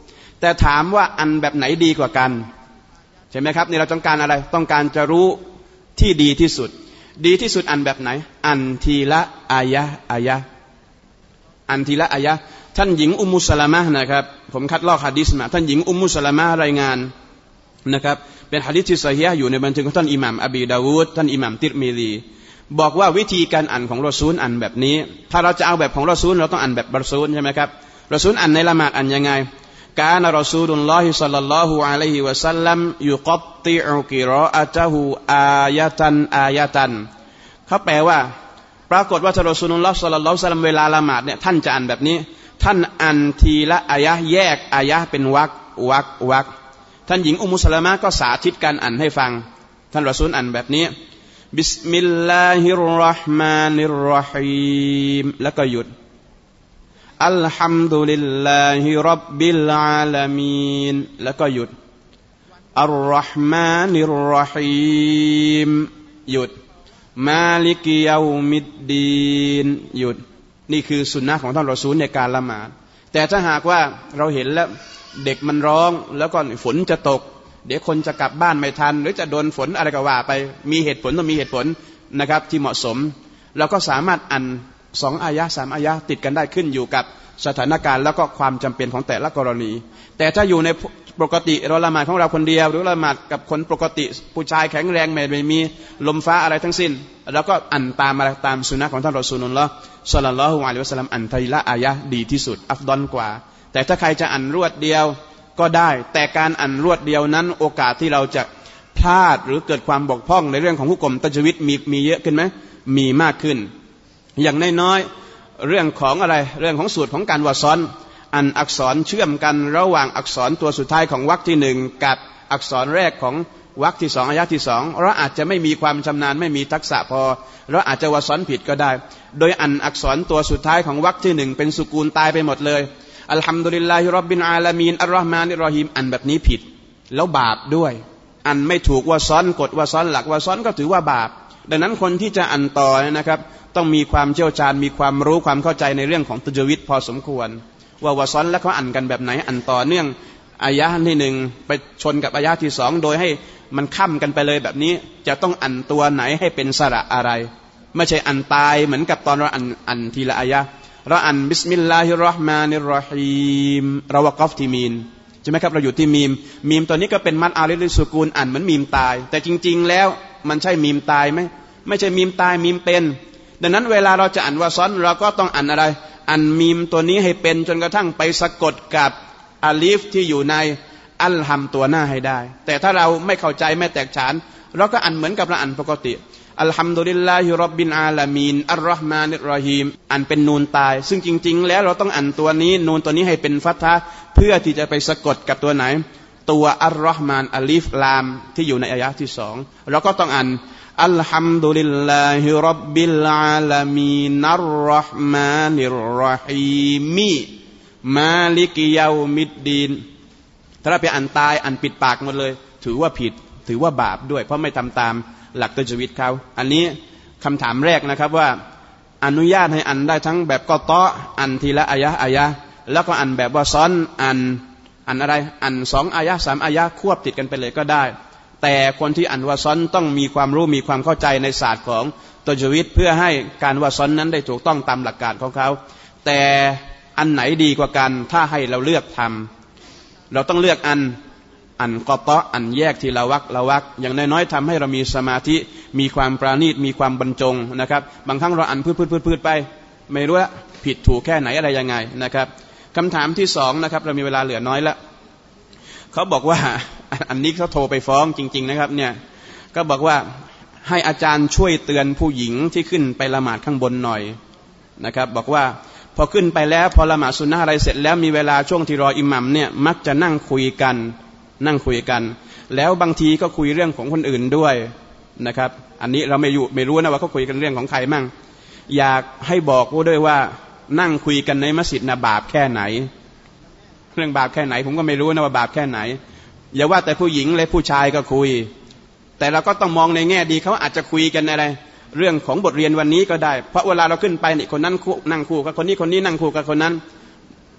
แต่ถามว่าอันแบบไหนดีกว่ากันใช่ไหมครับนี่เราต้องการอะไรต้องการจะรู้ที่ดีที่สุดดีที่สุดอันแบบไหนอันทีละอายะอันทีละอายะท่านหญิงอุมมุสลามะห์นะครับผมคัดลอกหะดีษมาท่านหญิงอุมมุสลามะห์รายงานนะครับเป็นหะดีษที่ซอฮีฮ์อยู่ในบันทึกของท่านอิหม่ามอบีดาวูดท่านอิหม่ามติรมิซีบอกว่าวิธีการอ่านของรอซูลอ่านแบบนี้ถ้าเราจะเอาแบบของรอซูลเราต้องอ่านแบบรอซูลใช่ไหมครับรอซูลอ่านในละหมาดอ่านยังไงกานะรอซูลุลลอฮิศ็อลลัลลอฮุอะลัยฮิวะซัลลัมยุกัตติอุกิรออะตะฮูอายะตันเขาแปลว่าปรากฏว่าท่านรอซูลุลลอฮ์ศ็อลลัลลอฮุอะลัยฮิวะซัลลัมเวลาละหมาดเนี่ยท่านจะอ่านแบบนี้ท่านอ่านทีละอายะแยกอายะเป็นวรรคท่านหญิงอุมมุสลามะห์ก็สาธิตการอ่านให้ฟังท่านรอซูลอ่านแบบนี้บิสมิลลาฮิรเราะห์มานิรเราะฮีมแล้วก็หยุดอัลฮัมดุลิลลาฮิร็อบบิลอาลามีนแล้วก็หยุดอัรเราะห์มานิรเราะฮีมหยุดมาลิกยอมิดดีนหยุดนี่คือสุนนะของท่านรอซูลในการละหมาดแต่ถ้าหากว่าเราเห็นแล้วเด็กมันร้องแล้วก็ฝนจะตกเดี๋ยวคนจะกลับบ้านไม่ทันหรือจะโดนฝนอะไรก็ว่าไปมีเหตุผลต้องมีเหตุผลนะครับที่เหมาะสมเราก็สามารถอ่าน2อายะห์3อายะห์ติดกันได้ขึ้นอยู่กับสถานการณ์แล้วก็ความจำเป็นของแต่ละกรณีแต่ถ้าอยู่ในปกติเราละหมาดของเราคนเดียวหรือละหมาดกับคนปกติผู้ชายแข็งแรงไม่มีลมฟ้าอะไรทั้งสิ้นแล้วก็อ่านตามอะไรตามสุนนะของท่านรอซูลุลลอฮ์ศ็อลลัลลอฮุอะลัยฮิวะซัลลัมอ่านทีละอายะห์ดีที่สุดอัฟฎอลกว่าแต่ถ้าใครจะอ่านรวดเดียวก็ได้แต่การอ่านรวดเดียวนั้นโอกาสที่เราจะพลาดหรือเกิดความบกพร่องในเรื่องของหุกมตัจวีดมีเยอะขึ้นไหมมีมากขึ้นอย่างน้อยๆเรื่องของอะไรเรื่องของสูตรของการวะซ้อนอันอักษรเชื่อมกันระหว่างอักษรตัวสุดท้ายของวรรคที่1กับอักษรแรกของวรรคที่2อายะที่2เราอาจจะไม่มีความชำนาญไม่มีทักษะพอเราอาจจะวะซ้อนผิดก็ได้โดยอันอักษรตัวสุดท้ายของวรรคที่1เป็นสุกูนตายไปหมดเลยอัลฮัมดุลิลลาฮิร็อบบิลอาลามีนอัรเราะห์มานิรเราะฮีมอันแบบนี้ผิดแล้วบาปด้วยอันไม่ถูกวะซ้อนกฎวะซ้อนหลักวะซ้อนก็ถือว่าบาปดังนั้นคนที่จะอ่านต่อนะครับต้องมีความเชี่ยวชาญมีความรู้ความเข้าใจในเรื่องของตัจวีดพอสมควรว่าวะซ้อนแล้วเขาอ่านกันแบบไหนอ่านต่อเนื่องอายะห์ที่1ไปชนกับอายะห์ที่2โดยให้มันค่ำกันไปเลยแบบนี้จะต้องอ่านตัวไหนให้เป็นสระอะไรไม่ใช่อ่านตายเหมือนกับตอนเราอ่านทีละอายะห์เราอ่านบิสมิลลาฮิรเราะห์มานิรเราะฮีมเราวะกอฟที่มีนใช่ไหมครับเราอยู่ที่มีมตัวนี้ก็เป็นมัดอาลิลิสุกูนอ่านเหมือนมีมตายแต่จริงๆแล้วมันใช่มีมตายไหมไม่ใช่มีมตายมีมเป็นดังนั้นเวลาเราจะอ่านวะซ้อนเราก็ต้องอ่านอะไรอ่านมีมตัวนี้ให้เป็นจนกระทั่งไปสะกดกับอาลีฟที่อยู่ในอัลฮัมตัวหน้าให้ได้แต่ถ้าเราไม่เข้าใจไม่แตกฉานเราก็อ่านเหมือนกับเราอ่านปกติอัลฮัมดุลิลลาฮิร็อบบิลอาลามีนอัรเราะห์มานิรเราะฮีมอ่านเป็นนูนตายซึ่งจริงๆแล้วเราต้องอ่านตัวนี้นูนตัวนี้ให้เป็นฟัตฮะห์เพื่อที่จะไปสะกดกับตัวไหนตัวอัรเราะห์มานอลิฟลามที่อยู่ในอายะห์ที่2เราก็ต้องอ่านอัลฮัมดุลิลลาฮิร็อบบิลอาลามีนอัรเราะห์มานิรเราะฮีมมาลิกยอมิดดีนถ้าเราไปอ่านตายอ่านปิดปากหมดเลยถือว่าผิดถือว่าบาปด้วยเพราะไม่ทำตามหลักตัจวีดเขาอันนี้คำถามแรกนะครับว่าอนุญาตให้อ่านได้ทั้งแบบกอตออ่านทีละอายะห์แล้วก็อ่านแบบว่าซ้อนอ่านอะไรอ่าน2อายะห์3อายะห์ควบติดกันไปเลยก็ได้แต่คนที่อ่านวะซ้อนต้องมีความรู้มีความเข้าใจในศาสตร์ของตัจวีดเพื่อให้การวะซ้อนนั้นได้ถูกต้องตามหลักการของเขาแต่อันไหนดีกว่ากันถ้าให้เราเลือกทำเราต้องเลือกอันกอตออันแยกทีละวรรคอย่างน้อยๆทำให้เรามีสมาธิมีความปราณีตมีความบรรจงนะครับบางครั้งเราอ่านพืดไปไม่รู้ว่าผิดถูกแค่ไหนอะไรยังไงนะครับคำถามที่2นะครับเรามีเวลาเหลือน้อยแล้วเขาบอกว่าอันนี้เขาโทรไปฟ้องจริงๆนะครับเนี่ยก็บอกว่าให้อาจารย์ช่วยเตือนผู้หญิงที่ขึ้นไปละหมาดข้างบนหน่อยนะครับบอกว่าพอขึ้นไปแล้วพอละหมาดซุนนะห์อะไรเสร็จแล้วมีเวลาช่วงที่รออิหมัมเนี่ยมักจะนั่งคุยกันแล้วบางทีก็คุยเรื่องของคนอื่นด้วยนะครับอันนี้เราไม่รู้นะว่าเขาคุยกันเรื่องของใครมั่งอยากให้บอกด้วยว่านั่งคุยกันในมัสยิดนะบาปแค่ไหนเรื่องบาปแค่ไหนผมก็ไม่รู้นะว่าบาปแค่ไหนอย่าว่าแต่ผู้หญิงเลยผู้ชายก็คุยแต่เราก็ต้องมองในแง่ดีเขาอาจจะคุยกันอะไรเรื่องของบทเรียนวันนี้ก็ได้เพราะเวลาเราขึ้นไปนี่คนนั้นนั่งคู่กับคนนี้นั่งคู่กับคนนั้น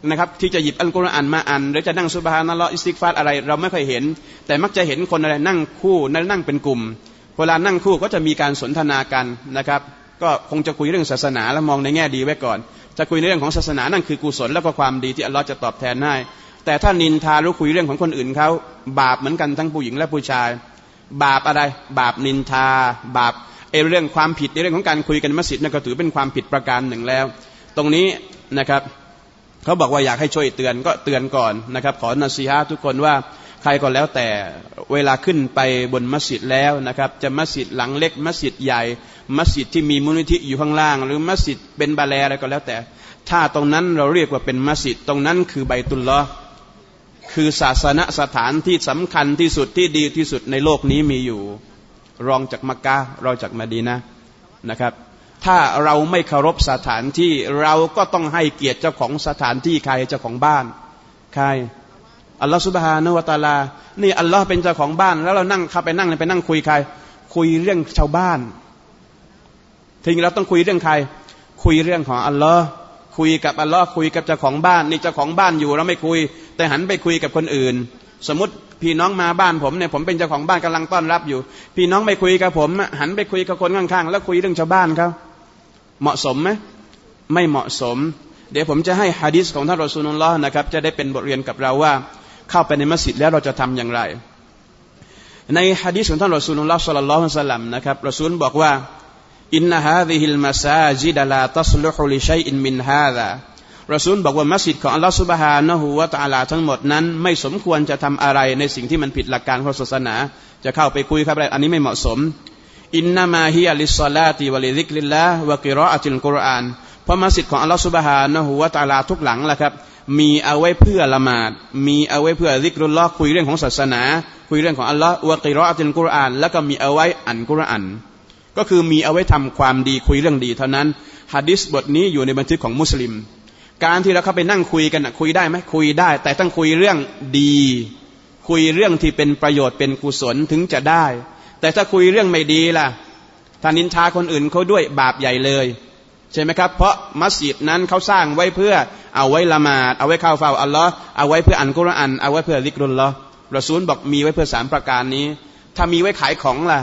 นะครับที่จะหยิบอัลกุรอานมาอ่านหรือจะนั่งซุบฮานัลลอฮ์อิสติฆฟาร์อะไรเราไม่ค่อยเห็นแต่มักจะเห็นคนอะไรนั่งคู่นั่งเป็นกลุ่มเวลานั่งคู่ก็จะมีการสนทนากันนะครับก็คงจะคุยเรื่องศาสนาแล้วมองในแง่ดีไว้ก่อนจะคุยในเรื่องของศาสนานั่นคือกุศลแล้วก็ความดีที่อัลลอฮ์จะตอบแทนให้แต่ถ้านินทาหรือคุยเรื่องของคนอื่นเขาบาปเหมือนกันทั้งผู้หญิงและผู้ชายบาปอะไรบาปนินทาบาปเรื่องความผิดในเรื่องของการคุยกันมัสยิดนั่นก็ถือเป็นความผิดประการหนึ่งแล้วตรงนี้นะครับเขาบอกว่าอยากให้ช่วยเตือนก็เตือนก่อนนะครับขอนะซีฮะห์ทุกคนว่าใครก็แล้วแต่เวลาขึ้นไปบนมัสยิดแล้วนะครับจะมัสยิดหลังเล็กมัสยิดใหญ่มัสยิดที่มีมูลนิธิอยู่ข้างล่างหรือมัสยิดเป็นบาแลอะไรก็แล้วแต่ถ้าตรงนั้นเราเรียกว่าเป็นมัสยิดตรงนั้นคือไบตุลลอฮ์คือศาสนสถานที่สำคัญที่สุดที่ดีที่สุดในโลกนี้มีอยู่รองจากมักกะฮ์รองจากมะดีนะห์นะครับถ้าเราไม่เคารพสถานที่เราก็ต้องให้เกียรติเจ้าของสถานที่ใครเจ้าของบ้านใครอัลลอฮฺซุบฮานะฮูวะตะอาลานี่อัลลอฮ์เป็นเจ้าของบ้านแล้วเรานั่งเข้าไปนั่งไปนั่งคุยใครคุยเรื่องชาวบ้านทีนี้เราต้องคุยเรื่องใครคุยเรื่องของอัลลอฮ์คุยกับอัลลอฮ์คุยกับเจ้าของบ้านนี่เจ้าของบ้านอยู่เราไม่คุยแต่หันไปคุยกับคนอื่นสมมติพี่น้องมาบ้านผมเนี่ยผมเป็นเจ้าของบ้านกำลังต้อนรับอยู่พี่น้องไม่คุยกับผมหันไปคุยกับคนข้างๆแล้วคุยเรื่องชาวบ้านเขาเหมาะสมไหมไม่เหมาะสมเดี๋ยวผมจะให้หะดีษของท่านรอซูลุลลอฮ์นะครับจะได้เป็นบทเรียนกับเราว่าเข้าไปในมัสยิดแล้วเราจะทำอย่างไรในหะดีษของท่านรอซูลุลลอฮ์ศ็อลลัลลอฮุอะลัยฮิวะซัลลัมนะครับรอซูลบอกว่าอินนะฮาซิฮิลมัซาจิดลาตัศลุฮุลิชัยอินมินฮาซารอซูลบอกว่ามัสยิดของอัลลอฮ์ซุบฮานะฮูวะตะอาลาทั้งหมดนั้นไม่สมควรจะทำอะไรในสิ่งที่มันผิดหลักการของศาสนาจะเข้าไปคุยครับอะไรอันนี้ไม่เหมาะสมอินนามาฮิยะลิศศอลาติวะลิซิกริลลาฮ์วะกิรออะติลกุรอานเพราะมัสยิดของอัลลอฮ์ซุบฮานะฮูวะตะอาลาทุกหลังล่ะครับมีเอาไว้เพื่อละหมาดมีเอาไว้เพื่อซิกรุลลอฮ์คุยเรื่องของศาสนาคุยเรื่องของอัลลอฮ์วะกิรออะติลกุรอานแล้วก็มีเอาไว้อ่านกุรอานก็คือมีเอาไว้ทำความดีคุยเรื่องดีเท่านั้นหะดีษบทนี้อยู่ในบันทึกของมุสลิมการที่เราเข้าไปนั่งคุยกันคุยได้ไหมคุยได้แต่ต้องคุยเรื่องดีคุยเรื่องที่เป็นประโยชน์เป็นกุศลถึงจะได้แต่ถ้าคุยเรื่องไม่ดีล่ะถ้านินทาคนอื่นเขาด้วยบาปใหญ่เลยใช่ไหมครับเพราะมัสยิดนั้นเขาสร้างไว้เพื่อเอาไว้ละหมาดเอาไว้เข้าเฝ้าอัลลอฮ์เอาไว้เพื่ออ่านกุรอานเอาไว้เพื่อซิกรุลลอฮ์รอซูลบอกมีไว้เพื่อ3ประการนี้ถ้ามีไว้ขายของล่ะ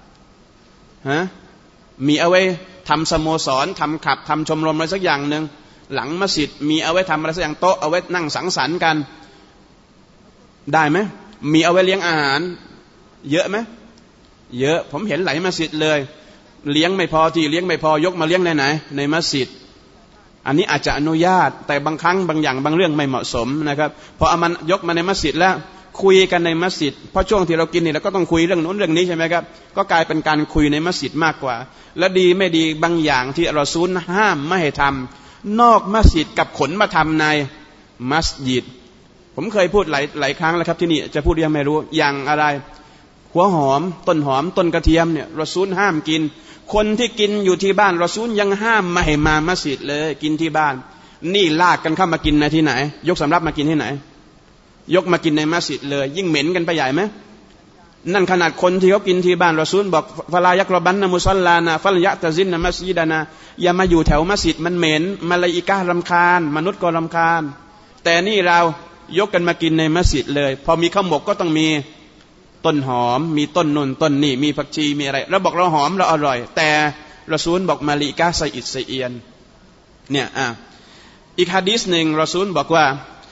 มีเอาไว้ทำสโมสรทำขับทำชมรมอะไรสักอย่างนึงหลังมัสยิดมีเอาไว้ทำอะไรสักอย่างโต๊ะเอาไว้นั่งสังสรรค์กันได้ไหมมีเอาไว้เลี้ยงอาหารเยอะไหมเยอะผมเห็นหลายมัสยิดเลยเลี้ยงไม่พอที่เลี้ยงไม่พอยกมาเลี้ยงไหนในมัสยิดอันนี้อาจจะอนุญาตแต่บางครั้งบางอย่างบางเรื่องไม่เหมาะสมนะครับพอเอามันยกมาในมัสยิดแล้วคุยกันในมัสยิดเพราะช่วงที่เรากินนี่เราก็ต้องคุยเรื่องโน้นเรื่องนี้ใช่ไหมครับก็กลายเป็นการคุยในมัสยิดมากกว่าและดีไม่ดีบางอย่างที่รอซูลห้ามไม่ให้ทำนอกมัสยิดกับขนมาทำในมัสยิดผมเคยพูดหลายครั้งแล้วครับที่นี่จะพูดยังไม่รู้อย่างอะไรหัวหอมต้นกระเทียมเนี่ยรอซูลห้ามกินคนที่กินอยู่ที่บ้านรอซูลยังห้ามไม่ให้มามัสยิดเลยกินที่บ้านนี่ลากกันเข้ามากินในที่ไหนยกสำรับมากินที่ไหนยกมากินในมัสยิดเลยยิ่งเหม็นกันไปใหญ่ไหมนั่นขนาดคนที่เขากินที่บ้านรอซูลบอกฟะลายักรบันนะมุศอลลานะฟัลยะตะซินนะมัสยิดนะอย่ามาอยู่แถวมัสยิดมันเหม็นมลาอิกะฮ์รำคาญมนุษย์ก็รำคาญแต่นี่เรายกกันมากินในมัสยิดเลยพอมีข้าวหมกก็ต้องมีต้นหอมมีต้นนุ่นต้นนี่มีผักชีมีอะไรแล้วบอกเราหอมเราอร่อยแต่รอซูลบอกมลาอิกะฮ์ไซอิดไซเอียนเนี่ยอีกหะดีษนึงรอซูลบอกว่า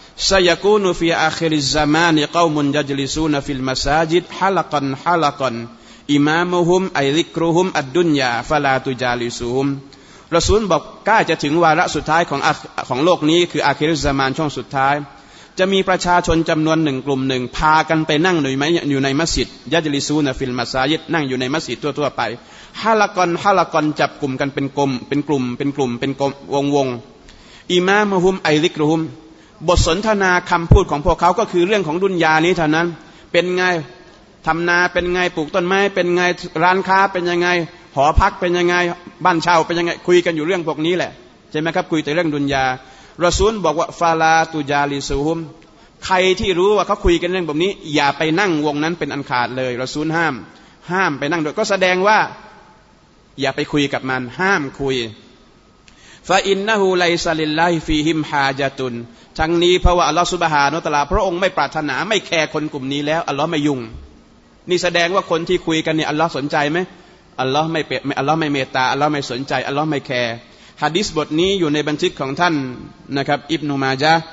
سيكون في آخر الزمان قوم يجلسون في المساجد حلقا إمامهم أي ذكرهم الدنيا فلا تجالسوهم รอซูลบอกใกล้จะถึงวาระสุดท้ายของโลกนี้คืออาคิรุซซามานช่วงสุดท้ายจะมีประชาชนจำนวนหนึ่งกลุ่มหนึ่งพากันไปนั่งอยู่ในมัสยิดยะจลิซูนะฟิลมัสยิดนั่งอยู่ในมัสยิดทั่วๆไปฮะละกอนจับกลุ่มกันเป็นกลุ่มวงอิมามะฮุมไอซิกรุฮุมบทสนทนาคำพูดของพวกเขาก็คือเรื่องของดุนยานี้เท่านั้นเป็นไงทำนาเป็นไงปลูกต้นไม้เป็นไงร้านค้าเป็นยังไงหอพักเป็นยังไงบ้านเช่าเป็นยังไงคุยกันอยู่เรื่องพวกนี้แหละใช่ไหมครับคุยแต่เรื่องดุนยารอซูลบอกว่าฟาลาตุจาลิซูฮุมใครที่รู้ว่าเขาคุยกันเรื่องแบบนี้อย่าไปนั่งวงนั้นเป็นอันขาดเลยรอซูลห้ามไปนั่งด้วยก็แสดงว่าอย่าไปคุยกับมันห้ามคุยฟาอินนะฮูไลซาลิลลาฮิฟีฮิมฮาญะตุนทั้งนี้เพราะว่าอัลลอฮฺซุบฮานะฮูวะตะอาลาพระองค์ไม่ปรารถนาไม่แคร์คนกลุ่มนี้แล้วอัลลอฮ์ไม่ยุ่งนี่แสดงว่าคนที่คุยกันเนี่ยอัลลอฮ์สนใจไหมอัลลอฮ์ไม่เมตตาอัลลอฮ์ไม่สนใจอัลลอฮ์ไม่แคร์หะดีษบทนี้อยู่ในบันทึกของท่านนะครับอิบนุมาญะห์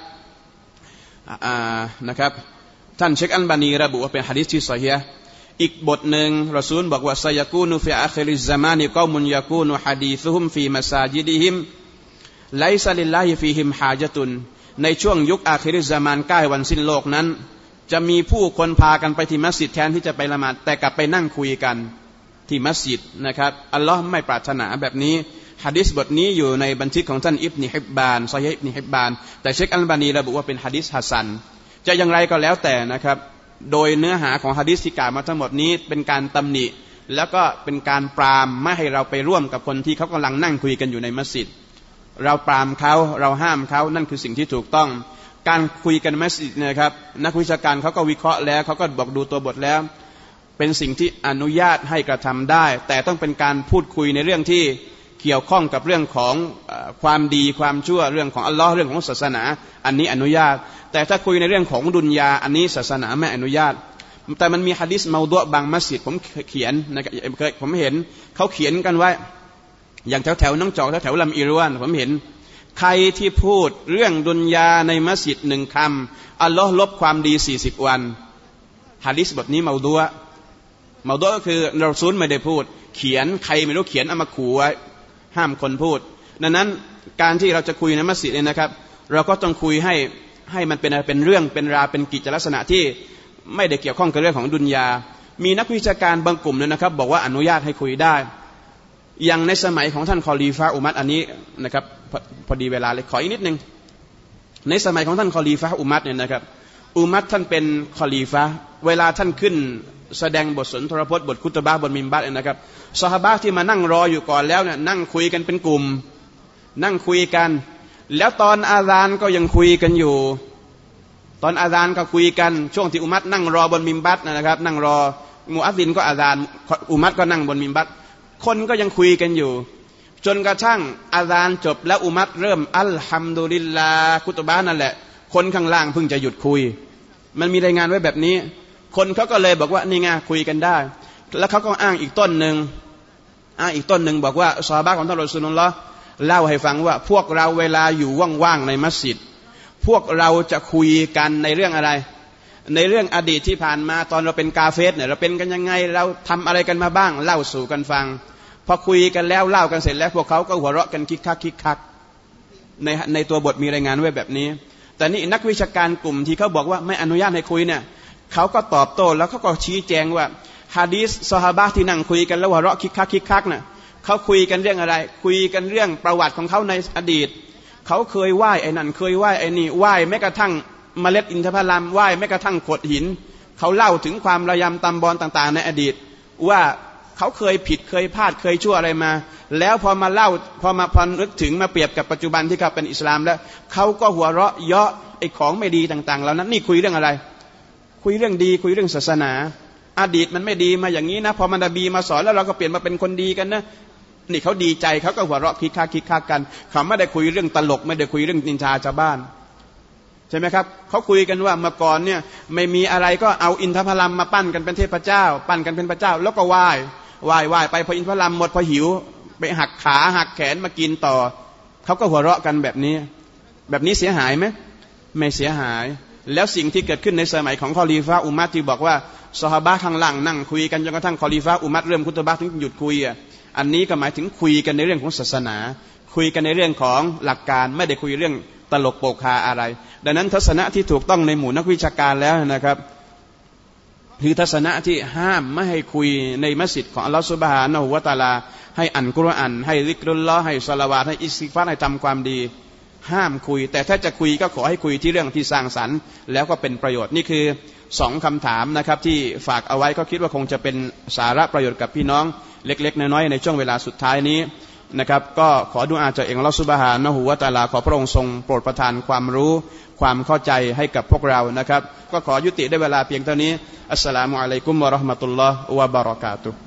นะครับท่านเชคอัลบานีระบุว่าเป็นหะดีษที่ซอฮีฮ์อีกบทหนึ่งรอซูลบอกว่าซะยะกูนุฟิอาคิริซซะมานิกอมุนยะกูนุหะดีซุฮุมฟีมัสาจิดิฮิมไลซะลิลลาฮิฟีฮิมฮาญะตุนในช่วงยุคอาคิริซซะมานใกล้วันสิ้นโลกนั้นจะมีผู้คนพากันไปที่มัสยิดแทนที่จะไปละหมาดแต่กลับไปนั่งคุยกันที่มัสยิดนะครับอัลลอฮ์ไม่ปรารถนาแบบนี้หะดีษบทนี้อยู่ในบันทึกของท่านอิบนุฮิบบานซอฮีฮ์อิบนุฮิบบานแต่เชคอัลบานีระบุว่าเป็นหะดีษฮัสซันจะอย่างไรก็แล้วแต่นะครับโดยเนื้อหาของหะดีษที่กล่าวมาทั้งหมดนี้เป็นการตำหนิแล้วก็เป็นการปรามไม่ให้เราไปร่วมกับคนที่เขากำลังนั่งคุยกันอยู่ในมัสยิดเราปรามเขาเราห้ามเขานั่นคือสิ่งที่ถูกต้องการคุยกันมัสยิดนะครับนักวิชาการเขาก็วิเคราะห์แล้วเขาก็บอกดูตัวบทแล้วเป็นสิ่งที่อนุญาตให้กระทำได้แต่ต้องเป็นการพูดคุยในเรื่องที่เกี่ยวข้องกับเรื่องของความดีความชั่วเรื่องของอัลลอฮ์เรื่องของศาสนาอันนี้อนุญาตแต่ถ้าคุยในเรื่องของดุนยาอันนี้ศาสนาไม่อนุญาตแต่มันมีหะดีษเมาดุบางมัสยิดผมเขียนนะครับผมเห็นเขาเขียนกันไว้อย่างแถวน้องจอกแถวลำอีรวนผมเห็นใครที่พูดเรื่องดุนยาในมัสยิดหนึ่งคำอัลลอฮ์ลบความดี40วันหะดีษบทนี้เมาดุก็คือเราซูลไม่ได้พูดเขียนใครไม่รู้เขียนเอามาขู่ไว้ห้ามคนพูดดังนั้นการที่เราจะคุยในมัสยิดเนี่ยนะครับเราก็ต้องคุยให้มันเป็นเรื่องเป็นราวเป็นกิจลักษณะที่ไม่ได้เกี่ยวข้องกับเรื่องของดุนยามีนักวิชาการบางกลุ่มเนี่ยนะครับบอกว่าอนุญาตให้คุยได้อย่างในสมัยของท่านคอลีฟะอุมัรอันนี้นะครับพอดีเวลาเลยขออีกนิดนึงในสมัยของท่านคอลีฟะอุมัรเนี่ยนะครับอุมัรท่านเป็นคอลีฟะเวลาท่านขึ้นแสดงบทสนทรพจน์บทคุตบะห์บนมิมบัรเนี่ยนะครับซอฮาบะห์ที่มานั่งรออยู่ก่อนแล้วเนี่ยนั่งคุยกันเป็นกลุ่มนั่งคุยกันแล้วตอนอาซานก็ยังคุยกันอยู่ตอนอาซานก็คุยกันช่วงที่อุมัรนั่งรอบนมิมบัรนะครับนั่งรอมุอัซซินก็อาซานอุมัรก็นั่งบนมิมบัรคนก็ยังคุยกันอยู่จนกระทั่งอาซานจบแล้วอุมัรเริ่มอัลฮัมดุลิลลาห์คุตบะห์นั่นแหละคนข้างล่างเพิ่งจะหยุดคุยมันมีรายงานไว้แบบนี้คนเขาก็เลยบอกว่านี่ไงคุยกันได้แล้วเขาก็อ้างอีกต้นหนึ่งบอกว่าซอฮาบะห์ของท่านรอซูลุลลอฮ์เล่าให้ฟังว่าพวกเราเวลาอยู่ว่างๆในมัสยิดพวกเราจะคุยกันในเรื่องอะไรในเรื่องอดีตที่ผ่านมาตอนเราเป็นกาเฟรเนี่ยเราเป็นกันยังไงเราทำอะไรกันมาบ้างเล่าสู่กันฟังพอคุยกันแล้วเล่ากันเสร็จแล้วพวกเขาก็หัวเราะกันคิกคักในตัวบทมีรายงานไว้แบบนี้แต่นี่นักวิชาการกลุ่มที่เขาบอกว่าไม่อนุญาตให้คุยเนี่ยเขาก็ตอบโต้แล้วเขาก็ชี้แจงว่าหะดีษซอฮาบะห์ที่นั่งคุยกันแล้วหัวเราะคิกคักน่ะเขาคุยกันเรื่องอะไรคุยกันเรื่องประวัติของเขาในอดีตเขาเคยไหว้ไอ้นั่นเคยไหว้ไอ้นี่ไหว้แม้กระทั่งเมล็ดอินทผลัมไหว้แม้กระทั่งโขดหินเขาเล่าถึงความระยำตำบอลต่างๆในอดีตว่าเขาเคยผิดเคยพลาดเคยชั่วอะไรมาแล้วพอมาเล่าพอนึกถึงมาเปรียบกับปัจจุบันที่เขาเป็นอิสลามแล้วเขาก็หัวเราะเยาะไอ้ของไม่ดีต่างๆเหล่านั้นนี่คุยเรื่องอะไรคุยเรื่องดีคุยเรื่องศาสนาอดีตมันไม่ดีมาอย่างนี้นะพอมันนบีมาสอนแล้วเราก็เปลี่ยนมาเป็นคนดีกันนะนี่เขาดีใจเขาก็หัวเราะคิกคักกันเขาไม่ได้คุยเรื่องตลกไม่ได้คุยเรื่องนินทาชาวบ้านใช่ไหมครับเขาคุยกันว่าเมื่อก่อนเนี่ยไม่มีอะไรก็เอาอินทผลัมมาปั้นกันเป็นเทพเจ้าปั้นกันเป็นพระเจ้าแล้วก็ไหว้ไปพออินทผลัมหมดพอหิวไปหักขาหักแขนมากินต่อเขาก็หัวเราะกันแบบนี้เสียหายไหมไม่เสียหายแล้วสิ่งที่เกิดขึ้นในสมัยของคอลีฟะอุมัรที่บอกว่าซอฮาบะห์ข้างล่างนั่งคุยกันจนกระทั่งคอลีฟะอุมัรเริ่มคุตบะห์ถึงหยุดคุยอันนี้ก็หมายถึงคุยกันในเรื่องของศาสนาคุยกันในเรื่องของหลักการไม่ได้คุยเรื่องตลกโปกฮาอะไรดังนั้นทัศนะที่ถูกต้องในหมู่นักวิชาการแล้วนะครับคือทัศนะที่ห้ามไม่ให้คุยในมัสยิดของอัลลอฮฺซุบฮานะฮูวะตะอาลาให้อ่านกุรอานให้ซิกรุลลอฮ์ให้ศอลาวาตให้อิสติฆฟาร์ให้ทำความดีห้ามคุยแต่ถ้าจะคุยก็ขอให้คุยที่เรื่องที่สร้างสรรค์แล้วก็เป็นประโยชน์นี่คือ2คำถามนะครับที่ฝากเอาไว้ก็คิดว่าคงจะเป็นสาระประโยชน์กับพี่น้องเล็กๆน้อยๆในช่วงเวลาสุดท้ายนี้นะครับก็ขอดุอาจากอัลเลาะห์ซุบฮานะฮูวะตะอาลาขอพระองค์ทรงโปรดประทานความรู้ความเข้าใจให้กับพวกเรานะครับก็ขอยุติได้เวลาเพียงเท่านี้อัสสลามุอะลัยกุมวะเราะห์มะตุลลอฮ์วะบะเราะกาตุฮ์